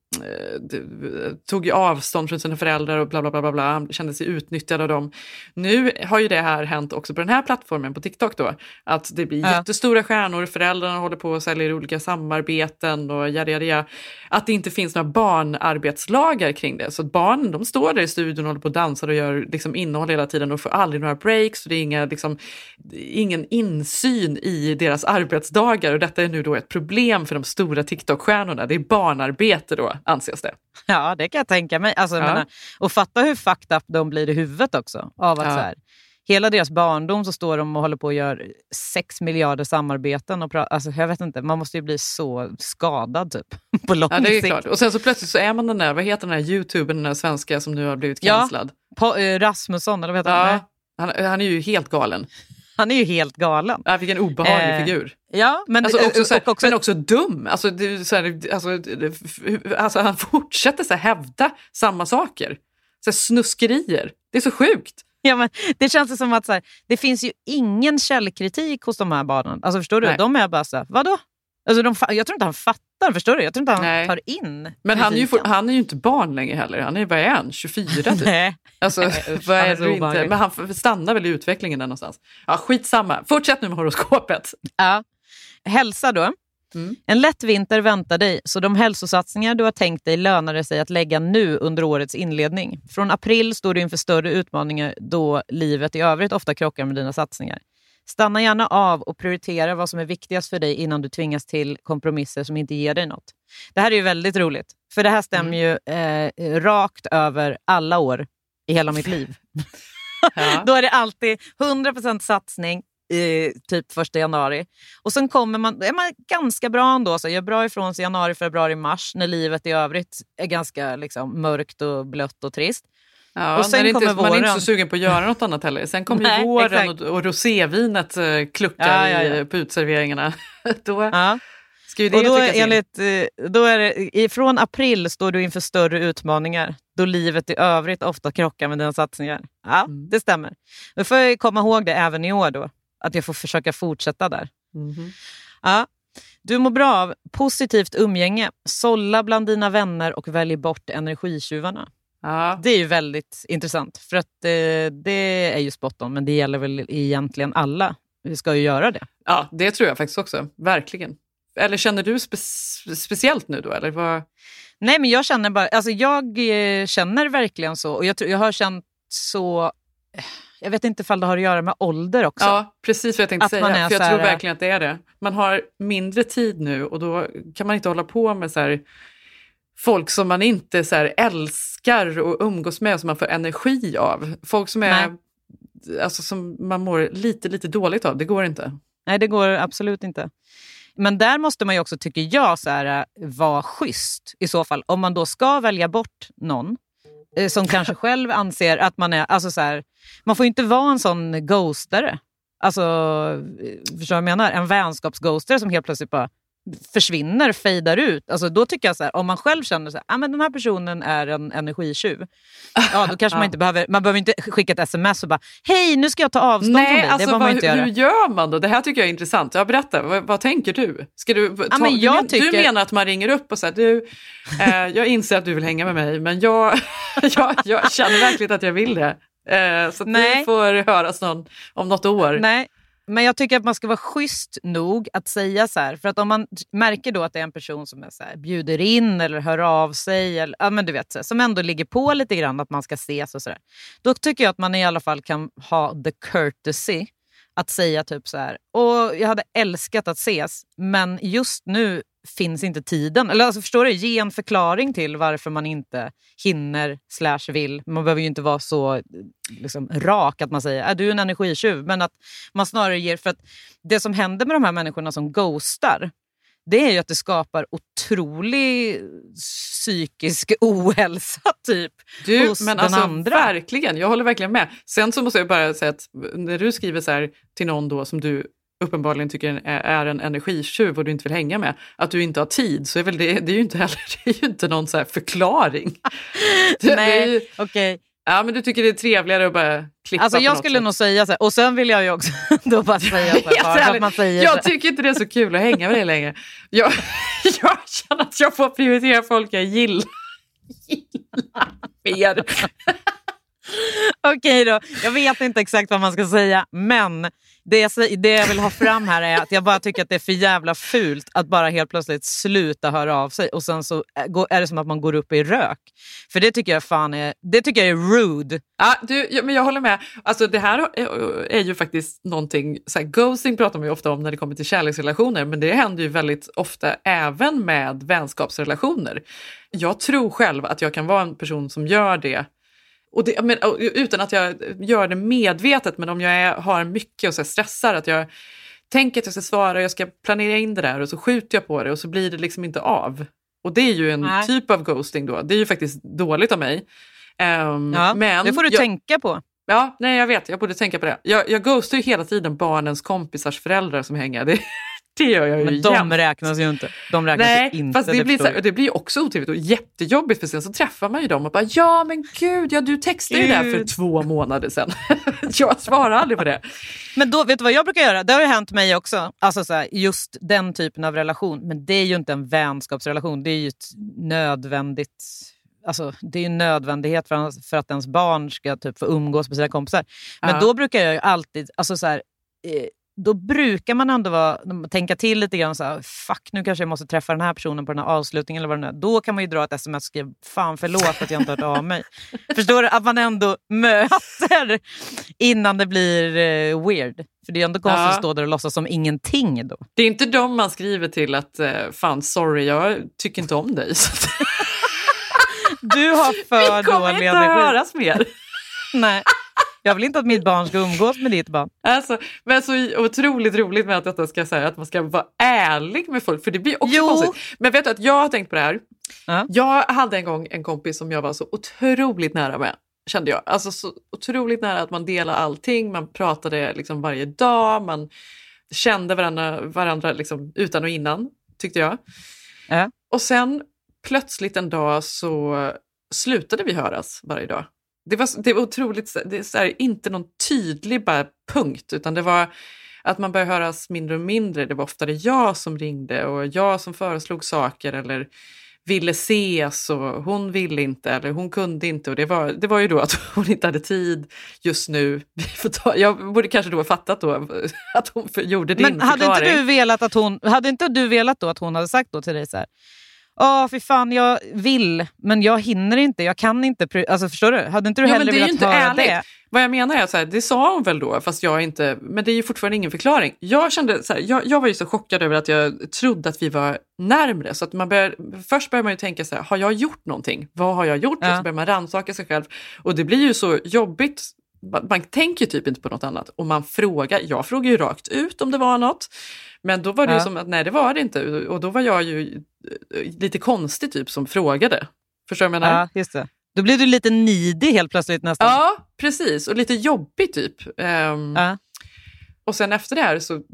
tog ju avstånd från sina föräldrar och bla bla bla bla. Han kände sig utnyttjad av dem. Nu har ju det här hänt också på den här plattformen på TikTok då, att det blir jättestora stjärnor, föräldrarna håller på och säljer olika samarbeten och att det inte finns några barnarbetslagar kring det, så att barnen, de står där i studion och håller på och dansar och gör liksom innehåll hela tiden och får aldrig några breaks, och det är ingen insyn i deras arbetsdagar, och detta är nu då ett problem för de stora TikTok-stjärnorna. Det är barnarbete då, anses det. Ja, det kan jag tänka mig. Alltså, jag menar, och fatta hur fucked up de blir i huvudet också. Av att så här, hela deras barndom så står de och håller på och gör 6 miljarder samarbeten. Och alltså, jag vet inte, man måste ju bli så skadad typ på lång sikt. Ja, det är klart. Och sen så plötsligt så är man den där, vad heter den här YouTubern, den där svenska som nu har blivit cancellad? Rasmusson, eller vad heter han? Han är ju helt galen. Han är ju helt galen. Ja, vilken obehaglig figur. Ja, men alltså, men också dum. Alltså han fortsätter så här, hävda samma saker. Så här, snuskerier. Det är så sjukt. Ja, men det känns som att så här, det finns ju ingen källkritik hos de här barnen. Alltså förstår du? Nej. De är bara så här, vadå? Alltså jag tror inte han fattar, förstår du? Jag tror inte han tar in. Men han är ju inte barn längre heller. Han är bara 24 typ. Nej. Alltså, vad är det inte? Men han stannar väl i utvecklingen där någonstans. Ja, skitsamma. Fortsätt nu med horoskopet. Ja. Hälsa då. En lätt vinter väntar dig, så de hälsosatsningar du har tänkt dig lönar det sig att lägga nu under årets inledning. Från april står du inför större utmaningar då livet i övrigt ofta krockar med dina satsningar. Stanna gärna av och prioritera vad som är viktigast för dig innan du tvingas till kompromisser som inte ger dig något. Det här är ju väldigt roligt, för det här stämmer ju rakt över alla år i hela mitt liv. Då är det alltid 100% satsning i typ 1 januari. Och sen är man ganska bra ändå, så gör bra ifrån sig januari, februari, mars, när livet i övrigt är ganska liksom mörkt och blött och trist. Ja, och sen kommer våren. Man är inte så sugen på att göra något annat heller. Sen kommer ju våren och rosévinet kluckar på utserveringarna. Då ska ju det, och då är det, från april står du inför större utmaningar då livet i övrigt ofta krockar med dina satsningar. Ja, det stämmer. Då får jag komma ihåg det även i år då, att jag får försöka fortsätta där. Ja. Du mår bra av positivt umgänge. Sålla bland dina vänner och välj bort energitjuvarna. Ja. Det är ju väldigt intressant, för att det är ju spot on, men det gäller väl egentligen alla. Vi ska ju göra det. Ja, det tror jag faktiskt också. Verkligen. Eller känner du speciellt nu då? Eller vad? Nej, men jag känner bara, alltså jag känner verkligen så, och jag har känt så. Jag vet inte ifall det har att göra med ålder också. Ja, precis vad jag tänkte säga. För jag tror verkligen att det är det. Man har mindre tid nu, och då kan man inte hålla på med så här folk som man inte så här älskar och umgås med, som man får energi av. Folk som är alltså, som man mår lite dåligt av. Det går inte. Nej, det går absolut inte. Men där måste man ju också, tycker jag, så här, vara schysst i så fall. Om man då ska välja bort någon som kanske själv anser att man är, alltså så här, man får ju inte vara en sån ghostare. Alltså, förstår jag menar? En vänskapsghostare som helt plötsligt bara, försvinner, fejdar ut. Alltså då tycker jag så här, om man själv känner så här, men den här personen är en energitjuv. Ja, då kanske man behöver inte skicka ett sms och bara, hej, nu ska jag ta avstånd från dig. Alltså, det man inte göra. Hur gör man då? Det här tycker jag är intressant. Ja, berätta, vad tänker du? Ska du du menar att man ringer upp och säger, jag inser att du vill hänga med mig, men jag känner verkligen att jag vill det. Så att vi får höras om något år. Nej. Men jag tycker att man ska vara schysst nog att säga så här. För att om man märker då att det är en person som är så här, bjuder in eller hör av sig. Eller, ja, men du vet, så här, som ändå ligger på lite grann att man ska ses och sådär. Då tycker jag att man i alla fall kan ha the courtesy att säga typ så här. Och jag hade älskat att ses, men just nu finns inte tiden. Eller alltså, förstår du? Ge en förklaring till varför man inte hinner / vill. Man behöver ju inte vara så liksom rak att man säger, är du en energitjuv? Men att man snarare ger, för att det som händer med de här människorna som ghostar, det är ju att det skapar otrolig psykisk ohälsa typ hos men den alltså, andra. Verkligen, jag håller verkligen med. Sen så måste jag bara säga att när du skriver så här till någon då som du uppenbarligen tycker är en energitjuv och du inte vill hänga med, att du inte har tid, så är väl det är ju inte heller, det är ju inte någon så här förklaring. Nej, okej. Ja, men du tycker det är trevligare att bara klippa. Alltså jag på skulle sätt. nog säga så här, och sen vill jag ju också då bara säga så här, att man säger jag tycker inte det är så kul att hänga med det längre. Jag känner att jag får prioritera folk jag gillar mer. Okej då, jag vet inte exakt vad man ska säga, men det jag vill ha fram här är att jag bara tycker att det är för jävla fult att bara helt plötsligt sluta höra av sig och sen så är det som att man går upp i rök. För det tycker jag är rude. Ja, men jag håller med. Alltså det här är ju faktiskt någonting, så här, ghosting pratar man ju ofta om när det kommer till kärleksrelationer, men det händer ju väldigt ofta även med vänskapsrelationer. Jag tror själv att jag kan vara en person som gör det. Och utan att jag gör det medvetet, men om jag har mycket och så stressar, att jag tänker att jag ska svara och jag ska planera in det där och så skjuter jag på det och så blir det liksom inte av. Och det är ju en typ av ghosting då. Det är ju faktiskt dåligt av mig. Men det får du tänka på. Ja, nej jag vet, jag borde tänka på det. Jag ghostar ju hela tiden barnens kompisars föräldrar som hänger. Det gör jag ju. Men de räknas ju inte. De räknas ju inte. Fast det blir också otrevligt och jättejobbigt, för sen så träffar man ju dem och bara, ja men gud, du textade ju där för 2 månader sedan. Jag svarar aldrig på det. Men då, vet du vad jag brukar göra? Det har ju hänt mig också. Alltså så här, just den typen av relation. Men det är ju inte en vänskapsrelation. Det är ju ett nödvändigt... Alltså, det är ju en nödvändighet för att ens barn ska typ få umgås med sina kompisar. Men då brukar jag ju alltid... Alltså så här, då brukar man ändå tänka till lite grann så här, fuck, nu kanske jag måste träffa den här personen på den här avslutningen eller vad det är. Då kan man ju dra ett sms och skriva, fan förlåt att jag inte hört av mig. Förstår du? Att man ändå möter innan det blir weird. För det är ändå konstigt att stå där och låtsas som ingenting då. Det är inte dem man skriver till att, fan sorry, jag tycker inte om dig. Du har för dålig energi. Vi kommer inte höras mer. Nej. Jag vill inte att mitt barn ska umgås med ditt barn. Alltså, men så otroligt roligt med att detta ska säga att man ska vara ärlig med folk. För det blir också konstigt. Men vet du att jag har tänkt på det här. Jag hade en gång en kompis som jag var så otroligt nära med. Kände jag. Alltså så otroligt nära att man delar allting. Man pratade liksom varje dag. Man kände varandra liksom utan och innan, tyckte jag. Och sen plötsligt en dag så slutade vi höras varje dag. Det var otroligt, det är så här, inte någon tydlig bara punkt, utan det var att man började höras mindre och mindre. Det var oftare jag som ringde och jag som föreslog saker eller ville ses och hon ville inte eller hon kunde inte. Och det var ju då att hon inte hade tid just nu. Jag borde kanske då ha fattat då att hon gjorde din förklaring. Men hade inte du velat då att hon hade sagt då till dig så här: fy fan, jag vill, men jag hinner inte, jag kan inte. Alltså förstår du? Hade inte du hellre velat höra ärligt. Det? Vad jag menar är så här, det sa hon väl då, fast jag inte, men det är ju fortfarande ingen förklaring. Jag kände så här, jag var ju så chockad över att jag trodde att vi var närmare, så att först börjar man ju tänka så här, har jag gjort någonting? Vad har jag gjort? Och så börjar man rannsaka sig själv. Och det blir ju så jobbigt. Man tänker typ inte på något annat. Och jag frågar ju rakt ut om det var något. Men då var det ju som att nej, det var det inte. Och då var jag ju lite konstig typ som frågade. Förstår du vad jag menar? Ja, just det. Då blev du lite needy helt plötsligt nästan. Ja, precis. Och lite jobbig typ. Och sen efter det här så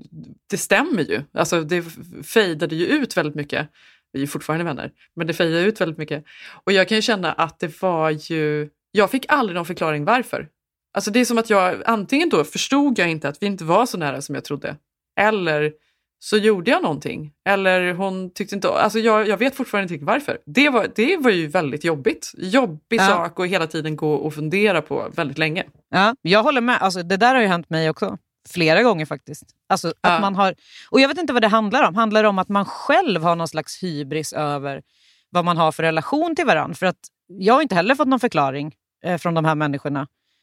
det stämmer ju. Alltså det fejdade ju ut väldigt mycket. Vi är ju fortfarande vänner, men det fejdade ut väldigt mycket. Och jag kan ju känna att det var ju... Jag fick aldrig någon förklaring varför. Alltså det är som att antingen då förstod jag inte att vi inte var så nära som jag trodde. Eller så gjorde jag någonting. Eller hon tyckte inte... Alltså jag vet fortfarande inte varför. Det var ju väldigt jobbigt. Jobbig sak och hela tiden gå och fundera på väldigt länge. Ja, jag håller med. Alltså, det där har ju hänt mig också. Flera gånger faktiskt. Alltså att man har... Och jag vet inte vad det handlar om. Handlar det om att man själv har någon slags hybris över vad man har för relation till varandra? För att jag har inte heller fått någon förklaring från de här människorna.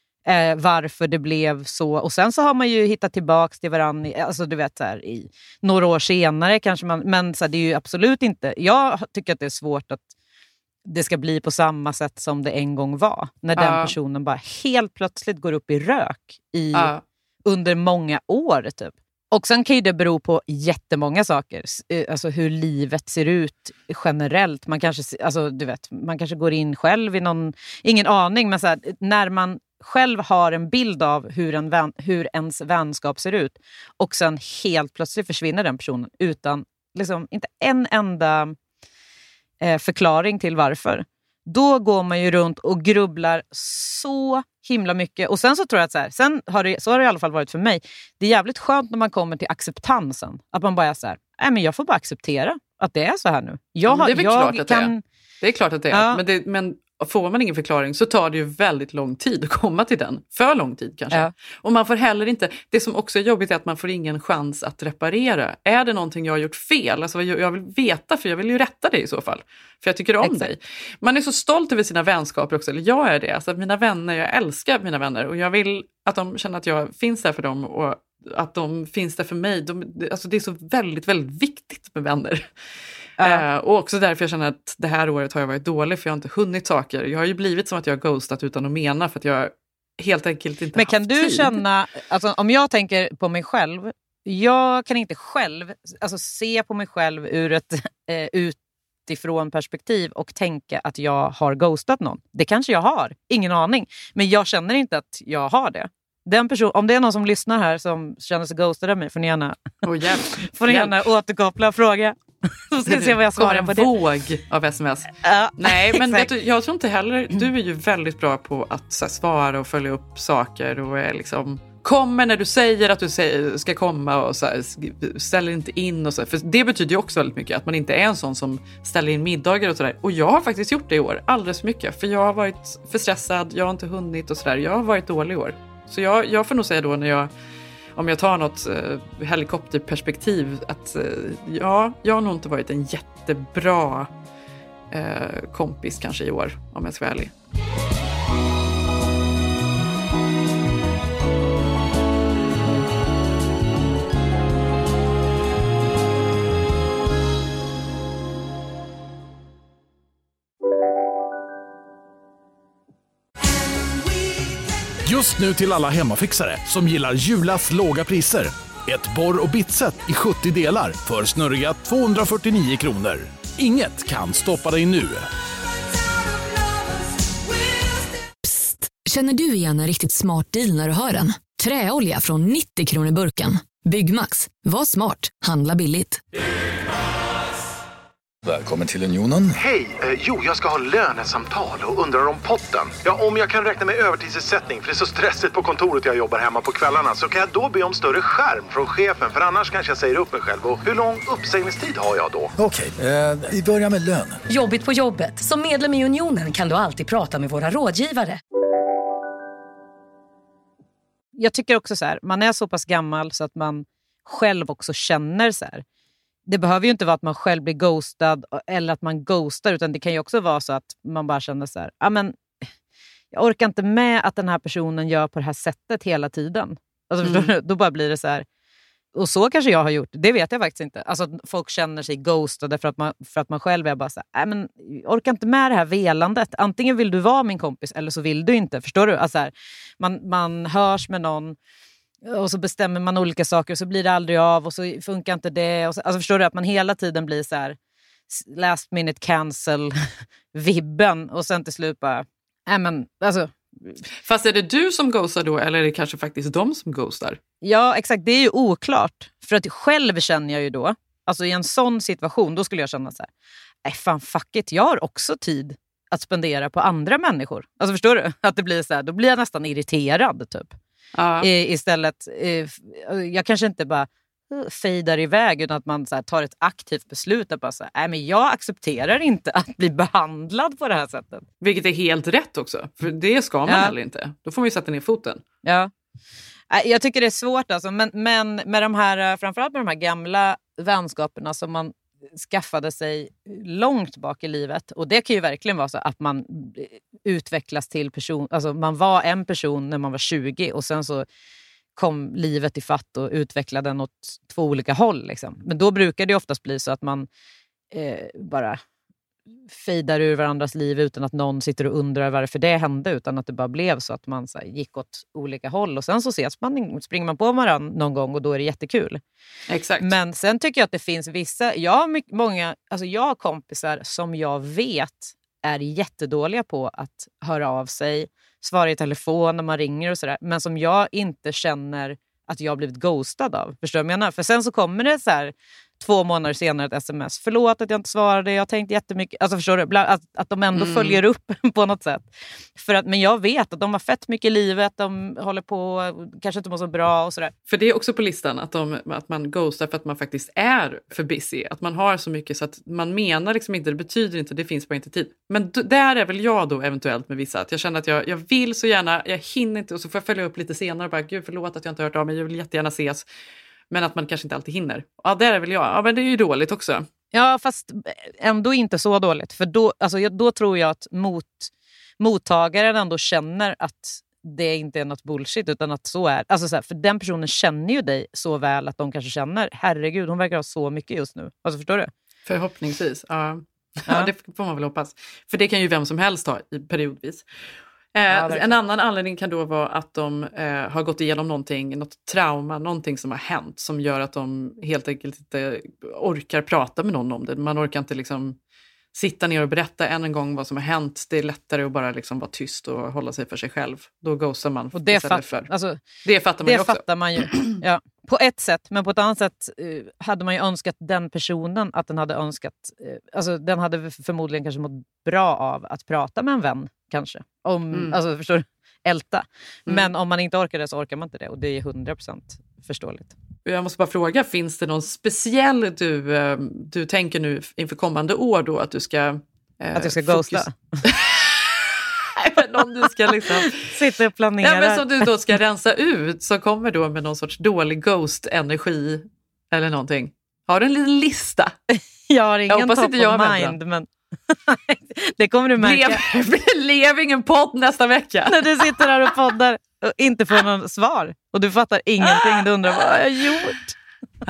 Varför det blev så. Och sen så har man ju hittat tillbaks till varandra. Alltså du vet så här, i några år senare kanske man... Men så här, det är ju absolut inte... Jag tycker att det är svårt att det ska bli på samma sätt som det en gång var. När den personen bara helt plötsligt går upp i rök under många år typ. Och sen kan ju det bero på jättemånga saker. Alltså hur livet ser ut generellt. Man kanske, alltså, du vet, man kanske går in själv i någon... Ingen aning, men så här, när man själv har en bild av hur ens vänskap ser ut och sen helt plötsligt försvinner den personen utan liksom, inte en enda förklaring till varför. Då går man ju runt och grubblar så himla mycket. Och sen så tror jag att så har det i alla fall varit för mig. Det är jävligt skönt när man kommer till acceptansen. Att man bara är så här, nej men jag får bara acceptera att det är så här nu. Det är väl klart att det är. Det är klart att det är. Men får man ingen förklaring så tar det ju väldigt lång tid att komma till den. För lång tid kanske. Ja. Och man får heller inte... Det som också är jobbigt är att man får ingen chans att reparera. Är det någonting jag har gjort fel? Alltså jag vill veta, för jag vill ju rätta det i så fall. För jag tycker om dig. Man är så stolt över sina vänskaper också. Eller jag är det. Alltså mina vänner, jag älskar mina vänner. Och jag vill att de känner att jag finns där för dem. Och att de finns där för mig. Alltså det är så väldigt, väldigt viktigt med vänner. Och också därför jag känner att det här året har jag varit dålig, för jag har inte hunnit saker. Jag har ju blivit som att jag har ghostat utan att mena, för att jag helt enkelt inte haft tid. Men kan du känna, alltså, om jag tänker på mig själv, jag kan inte själv se på mig själv ur ett utifrån perspektiv och tänka att jag har ghostat någon. Det kanske jag har, ingen aning. Men jag känner inte att jag har det. Den person, om det är någon som lyssnar här som känner sig ghostad av mig, får ni gärna återkoppla och fråga. Så ska vi se vad jag svarar på det. Våg av sms. Nej, men vet du, jag tror inte heller... Du är ju väldigt bra på att svara och följa upp saker och är liksom... Kommer när du säger att du ska komma och så här, ställer inte in och så. För det betyder ju också väldigt mycket att man inte är en sån som ställer in middagar och sådär. Och jag har faktiskt gjort det i år, alldeles för mycket. För jag har varit för stressad, jag har inte hunnit och sådär. Jag har varit dålig i år. Så jag får nog säga då om jag tar något helikopterperspektiv att jag har nog inte varit en jättebra kompis kanske i år, om jag ska vara ärlig. Just nu till alla hemmafixare som gillar Julas låga priser. Ett borr- och bitset i 70 delar för snurriga 249 kronor. Inget kan stoppa dig nu. Psst, känner du igen en riktigt smart deal när du hör den? Träolja från 90 kronor burken. Byggmax, var smart, handla billigt. Välkommen till Unionen. Hej, jag ska ha lönesamtal och undrar om potten. Ja, om jag kan räkna med övertidsersättning, för det är så stressigt på kontoret, jag jobbar hemma på kvällarna, så kan jag då be om större skärm från chefen, för annars kanske jag säger upp mig själv. Och hur lång uppsägningstid har jag då? Okej, vi börjar med lön. Jobbigt på jobbet. Som medlem i Unionen kan du alltid prata med våra rådgivare. Jag tycker också så här, man är så pass gammal så att man själv också känner så här. Det behöver ju inte vara att man själv blir ghostad eller att man ghostar, utan det kan ju också vara så att man bara känner så här, men jag orkar inte med att den här personen gör på det här sättet hela tiden. Alltså, då bara blir det så här. Och så kanske jag har gjort, det vet jag faktiskt inte. Alltså att folk känner sig ghostade för att man själv är bara så här, men jag orkar inte med det här velandet. Antingen vill du vara min kompis eller så vill du inte, förstår du? Alltså här, man hörs med någon och så bestämmer man olika saker och så blir det aldrig av och så funkar inte det. Och så, alltså förstår du att man hela tiden blir så här last minute cancel vibben och sen till slut bara, men alltså Fast är det du som ghostar då, eller är det kanske faktiskt de som ghostar? Ja, exakt. Det är ju oklart. För att själv känner jag ju då, alltså i en sån situation, då skulle jag känna så här, nej fan fuck it, jag har också tid att spendera på andra människor. Alltså förstår du? Att det blir så här, då blir jag nästan irriterad typ. Istället, jag kanske inte bara fejdar iväg, utan att man så här, tar ett aktivt beslut att bara säga, nej men jag accepterar inte att bli behandlad på det här sättet. Vilket är helt rätt också, för det ska man heller inte. Då får man ju sätta ner foten. Ja. Jag tycker det är svårt alltså, men med de här, framförallt med de här gamla vänskaperna som man skaffade sig långt bak i livet, och det kan ju verkligen vara så att man utvecklas till person, alltså man var en person när man var 20 och sen så kom livet i fatt och utvecklade den åt två olika håll liksom. Men då brukar det oftast bli så att man bara fejdar ur varandras liv utan att någon sitter och undrar varför det hände, utan att det bara blev så att man så här, gick åt olika håll och sen så springer man på varandra någon gång och då är det jättekul. Exakt. Men sen tycker jag att det finns vissa, jag har kompisar som jag vet är jättedåliga på att höra av sig, svara i telefon när man ringer och sådär, men som jag inte känner att jag har blivit ghostad av. Förstår du vad jag menar? För sen så kommer det så här 2 månader senare ett sms. Förlåt att jag inte svarade, jag tänkte jättemycket. Alltså förstår du? Att de ändå följer upp på något sätt. Men jag vet att de har fett mycket i livet, de håller på, kanske inte mår så bra och sådär. För det är också på listan att man ghostar för att man faktiskt är för busy. Att man har så mycket så att man menar liksom inte, det betyder inte, det finns bara inte tid. Men där är väl jag då eventuellt med vissa. Att jag känner att jag vill så gärna, jag hinner inte, och så får jag följa upp lite senare och bara, gud förlåt att jag inte har hört av mig, jag vill jättegärna ses. Men att man kanske inte alltid hinner. Ja, där är väl jag. Ja, men det är ju dåligt också. Ja, fast ändå inte så dåligt. För då tror jag att mottagaren ändå känner att det inte är något bullshit, utan att så är. Alltså så här, för den personen känner ju dig så väl att de kanske känner, herregud, hon verkar ha så mycket just nu. Alltså förstår du? Förhoppningsvis, ja. Ja, det får man väl hoppas. För det kan ju vem som helst ha periodvis. En annan anledning kan då vara att de har gått igenom något trauma, någonting som har hänt som gör att de helt enkelt inte orkar prata med någon om det. Man orkar inte liksom sitta ner och berätta en gång vad som har hänt. Det är lättare att bara liksom vara tyst och hålla sig för sig själv. Då ghostar man. Och det fattar man ju. Ja, på ett sätt, men på ett annat sätt hade man ju önskat den personen att den hade önskat, alltså den hade förmodligen kanske mått bra av att prata med en vän kanske. Alltså förstår du? Älta. Men om man inte orkar det så orkar man inte det, och det är 100% förståeligt. Jag måste bara fråga, finns det någon speciell du tänker nu inför kommande år då att du ska att jag ska ghosta? Men om du ska liksom sitta och planera. Ja, men som du då ska rensa ut, så kommer då med någon sorts dålig ghost-energi eller någonting. Har du en liten lista? Jag har ingen top of mind, men det kommer du märka. Lev ingen podd nästa vecka. När du sitter här och poddar och inte får någon svar. Och du fattar ingenting. Du undrar, vad har jag gjort?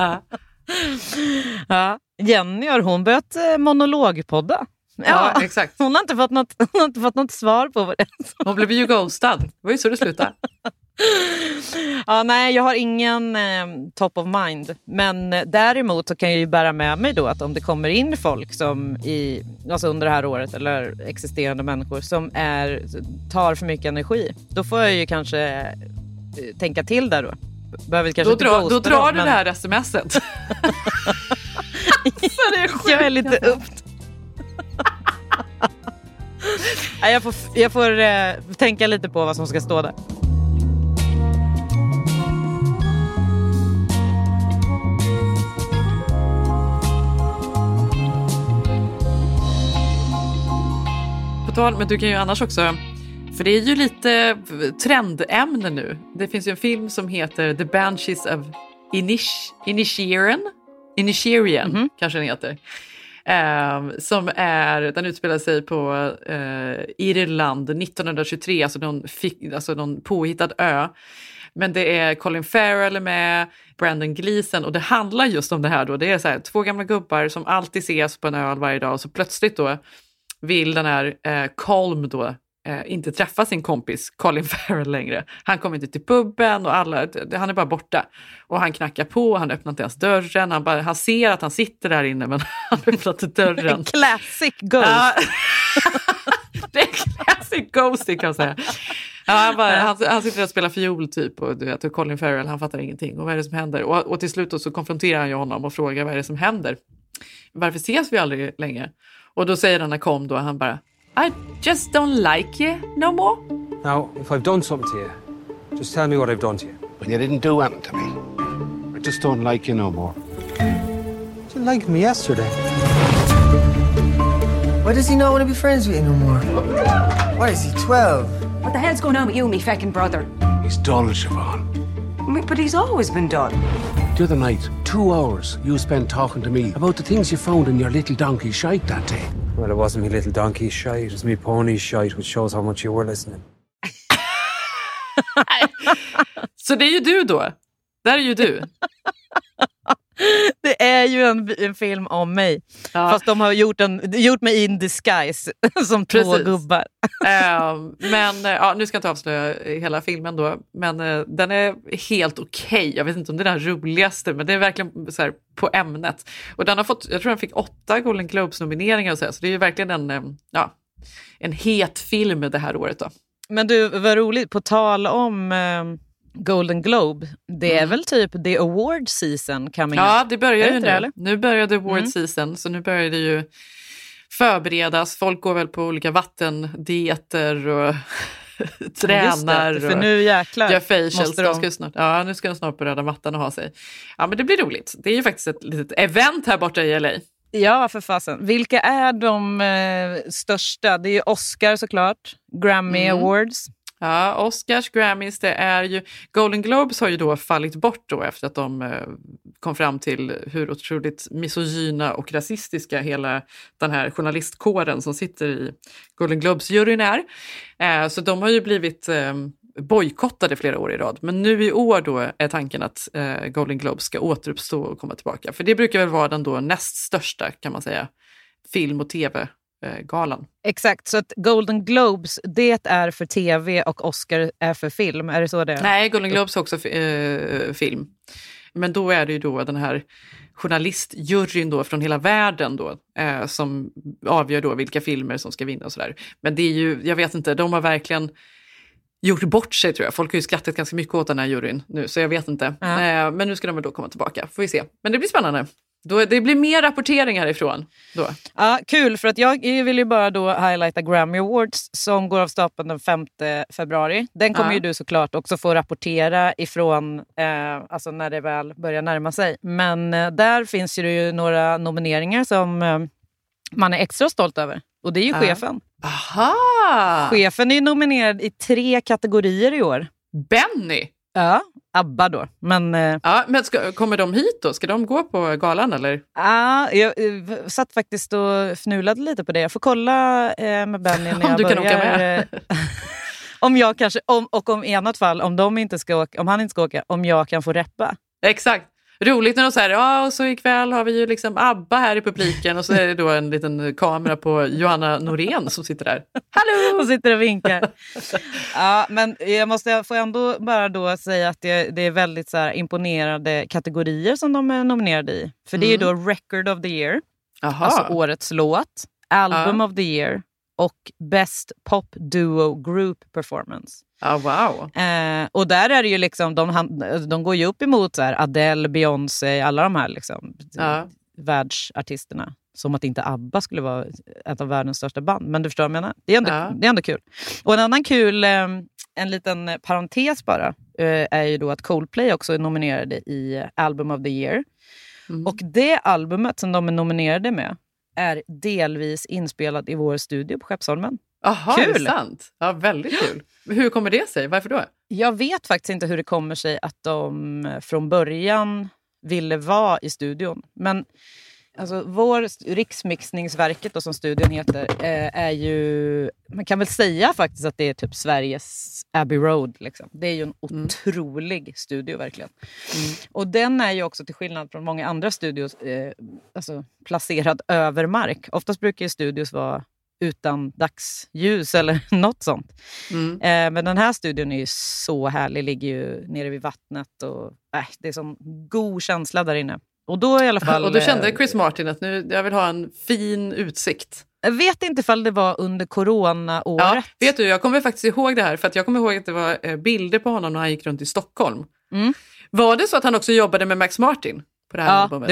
Ja. Jenny, har hon börjat monologpodda? Ja, exakt. Hon har inte fått något svar på det. Hon blev ju ghostad. Det var ju så det slutade. Ja, nej, jag har ingen top of mind. Men däremot så kan jag ju bära med mig då att om det kommer in folk som alltså under det här året, eller existerande människor som tar för mycket energi, då får jag ju kanske tänka till där då. Då drar du det här smset. Jag är lite upp. Jag får tänka lite på vad som ska stå där. Men du kan ju annars också, för det är ju lite trendämne nu. Det finns ju en film som heter The Banshees of Inisherin, kanske den heter. Den utspelar sig på Irland 1923, alltså någon påhittad ö. Men det är Colin Farrell med, Brandon Gleeson, och det handlar just om det här då. Det är så här, 2 gamla gubbar som alltid ses på en öl varje dag, och så plötsligt då vill den här Colm då inte träffa sin kompis Colin Farrell längre. Han kommer inte till puben och han är bara borta. Och han knackar på, han öppnar inte ens dörren. Han ser att han sitter där inne, men han öppnar inte dörren. Classic ghost. Det är classic ghosting kan jag säga. Ja, han sitter och spelar fiol typ och du vet, och Colin Farrell, han fattar ingenting. Och vad är det som händer? Och till slut så konfronterar han ju honom och frågar vad är det som händer? Varför ses vi aldrig länge? Och då säger han när kom då, han bara I just don't like you no more. Now, if I've done something to you, just tell me what I've done to you. Well, you didn't do anything to me. I just don't like you no more. You liked me yesterday. Why does he not want to be friends with you no more? What is he, 12? What the hell's going on with you, me feckin' brother? He's dull, Siobhan. But he's always been dull. The other night, 2 hours you spent talking to me about the things you found in your little donkey shite that day. Well, it wasn't me little donkey shite, it was me pony shite, which shows how much you were listening. Så det är ju du då. Där är ju du. Det är ju en film om mig. Ja. Fast de har gjort mig in disguise som två gubbar. Men nu ska jag inte avslöja hela filmen då. Men den är helt okej. Jag vet inte om det är den roligaste, men det är verkligen så här på ämnet. Och den har fått, jag tror den fick 8 Golden Globes-nomineringar och så det är ju verkligen en het film det här året då. Men du, vad roligt, på tal om Golden Globe, det är väl typ the award season coming up? Ja, det börjar ju nu. Eller? Nu börjar the award season, så nu börjar det ju förberedas. Folk går väl på olika vattendieter och tränar det, för nu jäklar gör facials. Nu ska de snart på röda mattan och ha sig. Ja, men det blir roligt. Det är ju faktiskt ett litet event här borta i LA. Ja, för fasen. Vilka är de största? Det är ju Oscar såklart. Grammy Awards. Ja, Oscars, Grammys, det är ju... Golden Globes har ju då fallit bort då efter att de kom fram till hur otroligt misogyna och rasistiska hela den här journalistkåren som sitter i Golden Globes-juryn är. Så de har ju blivit bojkottade flera år i rad. Men nu i år då är tanken att Golden Globes ska återuppstå och komma tillbaka. För det brukar väl vara den då näst största, kan man säga, film- och tv-galan. Exakt, så att Golden Globes, det är för tv och Oscar är för film. Är det så det är? Nej, Golden Globes är också film. Men då är det ju då den här journalistjuryn då från hela världen då, som avgör då vilka filmer som ska vinna och sådär. Men det är ju, jag vet inte, de har verkligen gjort bort sig tror jag. Folk har ju skrattat ganska mycket åt den här juryn nu, så jag vet inte. Men nu ska de väl då komma tillbaka, får vi se. Men det blir spännande. Det blir mer rapportering härifrån då. Ja, kul, för att jag vill ju bara då highlighta Grammy Awards som går av stapeln den 5 februari. Den kommer ju du såklart också få rapportera ifrån alltså när det väl börjar närma sig. Men där finns ju några nomineringar som man är extra stolt över. Och det är ju chefen. Aha! Chefen är ju nominerad i 3 kategorier i år. Benny! Ja, ABBA då. Men kommer de hit då? Ska de gå på galan eller? Ja, jag satt faktiskt och fnulade lite på det. Jag får kolla med Benny när jag börjar. Om du kan åka med. Om jag kanske, om i annat fall, om han inte ska åka, om jag kan få reppa. Exakt. Roligt när de säger, och så ikväll har vi ju liksom ABBA här i publiken och så är det då en liten kamera på Johanna Norén som sitter där. Hallå! Och sitter och vinkar. Ja, men jag får ändå bara då säga att det är väldigt så här imponerande kategorier som de är nominerade i. För det är ju då Record of the Year, alltså årets låt, Album of the Year och Best Pop Duo Group Performance. Wow. Och där är det ju liksom, de går ju upp emot så här Adele, Beyoncé, alla de här liksom världsartisterna. Som att inte ABBA skulle vara ett av världens största band. Men du förstår vad jag menar? Det är ändå kul. Och en annan kul, en liten parentes bara, är ju då att Coldplay också är nominerade i Album of the Year. Och det albumet som de är nominerade med är delvis inspelat i vår studio på Skeppsholmen. Aha, kul. Är det sant? Ja, väldigt kul. Hur kommer det sig? Varför då? Jag vet faktiskt inte hur det kommer sig att de från början ville vara i studion. Men alltså, vår Riksmixningsverket då, som studion heter, är ju, man kan väl säga faktiskt att det är typ Sveriges Abbey Road. Liksom. Det är ju en otrolig studio verkligen. Och den är ju också, till skillnad från många andra studios, alltså placerad över mark. Oftast brukar ju studios vara utan dagsljus eller något sånt. Men den här studion är ju så härlig, ligger ju nere vid vattnet och det är sån god känsla där inne. Och då i alla fall... Och då kände Chris Martin att nu, jag vill ha en fin utsikt. Jag vet inte ifall det var under coronaåret. Ja, vet du, jag kommer faktiskt ihåg det här. För att jag kommer ihåg att det var bilder på honom när han gick runt i Stockholm. Var det så att han också jobbade med Max Martin på det här albumet?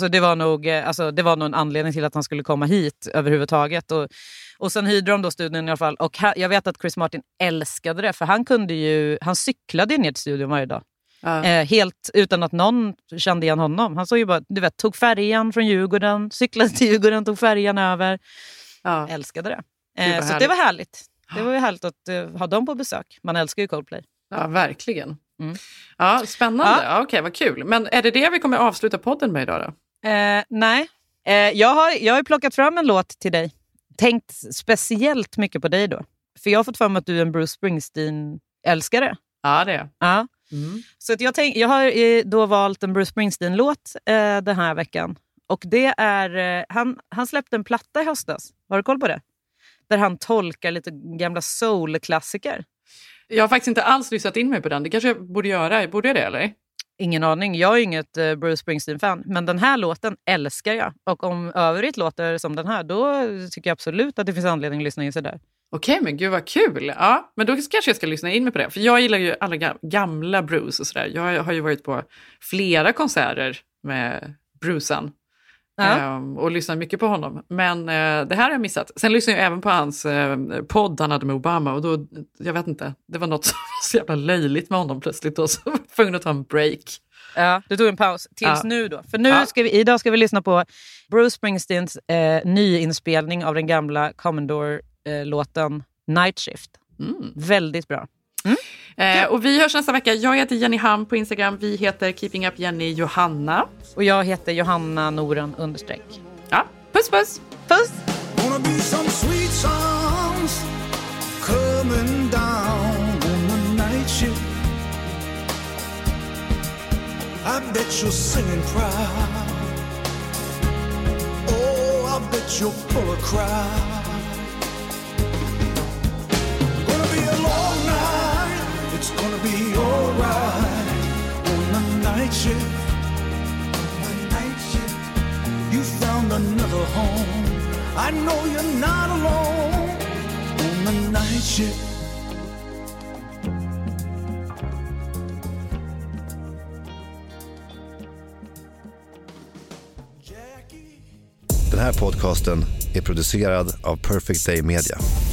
Det var nog en anledning till att han skulle komma hit överhuvudtaget. Och sen hyrde de då studion i alla fall. Och jag vet att Chris Martin älskade det. För han cyklade ner till studion varje dag. Helt utan att någon kände igen honom. Han såg ju bara, tog färjan från Djurgården, cyklade till Djurgården, tog färjan över. Älskade det. Så det var härligt. Det var ju härligt att ha dem på besök. Man älskar ju Coldplay. Ja, verkligen. Ja, spännande. Ja. Okej, vad kul. Men är det vi kommer avsluta podden med idag då? Nej. Jag har plockat fram en låt till dig. Tänkt speciellt mycket på dig då. För jag har fått för mig att du är en Bruce Springsteen-älskare. Ja, det är jag. Så att jag har då valt en Bruce Springsteen-låt den här veckan. Och det är... Han släppte en platta i höstas. Har du koll på det? Där han tolkar lite gamla soul-klassiker. Jag har faktiskt inte alls lyssnat in mig på den. Det kanske jag borde göra. Borde jag det, eller? Ingen aning. Jag är inget Bruce Springsteen-fan. Men den här låten älskar jag. Och om övrigt låter som den här, då tycker jag absolut att det finns anledning att lyssna in sig där. Okej, men gud vad kul. Ja, men då kanske jag ska lyssna in mig på det. För jag gillar ju alla gamla Bruce och sådär. Jag har ju varit på flera konserter med Brucean. Och lyssnat mycket på honom. Men det här har jag missat. Sen lyssnade jag även på hans podd han hade med Obama. Och då, jag vet inte, det var något som var så jävla löjligt med honom plötsligt. Och så var jag tvungen att ta en break. Ja, du tog en paus. Tills nu då. För nu idag ska vi lyssna på Bruce Springsteens nyinspelning av den gamla Commodore-låten Night Shift. Väldigt bra. Och vi hörs nästa vecka. Jag heter Jenny Ham på Instagram. Vi heter Keeping Up Jenny Johanna. Och jag heter Johanna Noren _ Ja, puss puss. Puss. Gonna be some sweet songs coming down on the night shift. I bet you're singing proud. Oh, I bet you're full of cry. It's gonna be alright on the night shift. You found another home. I know you're not alone on the night shift. Den här podcasten är producerad av Perfect Day Media.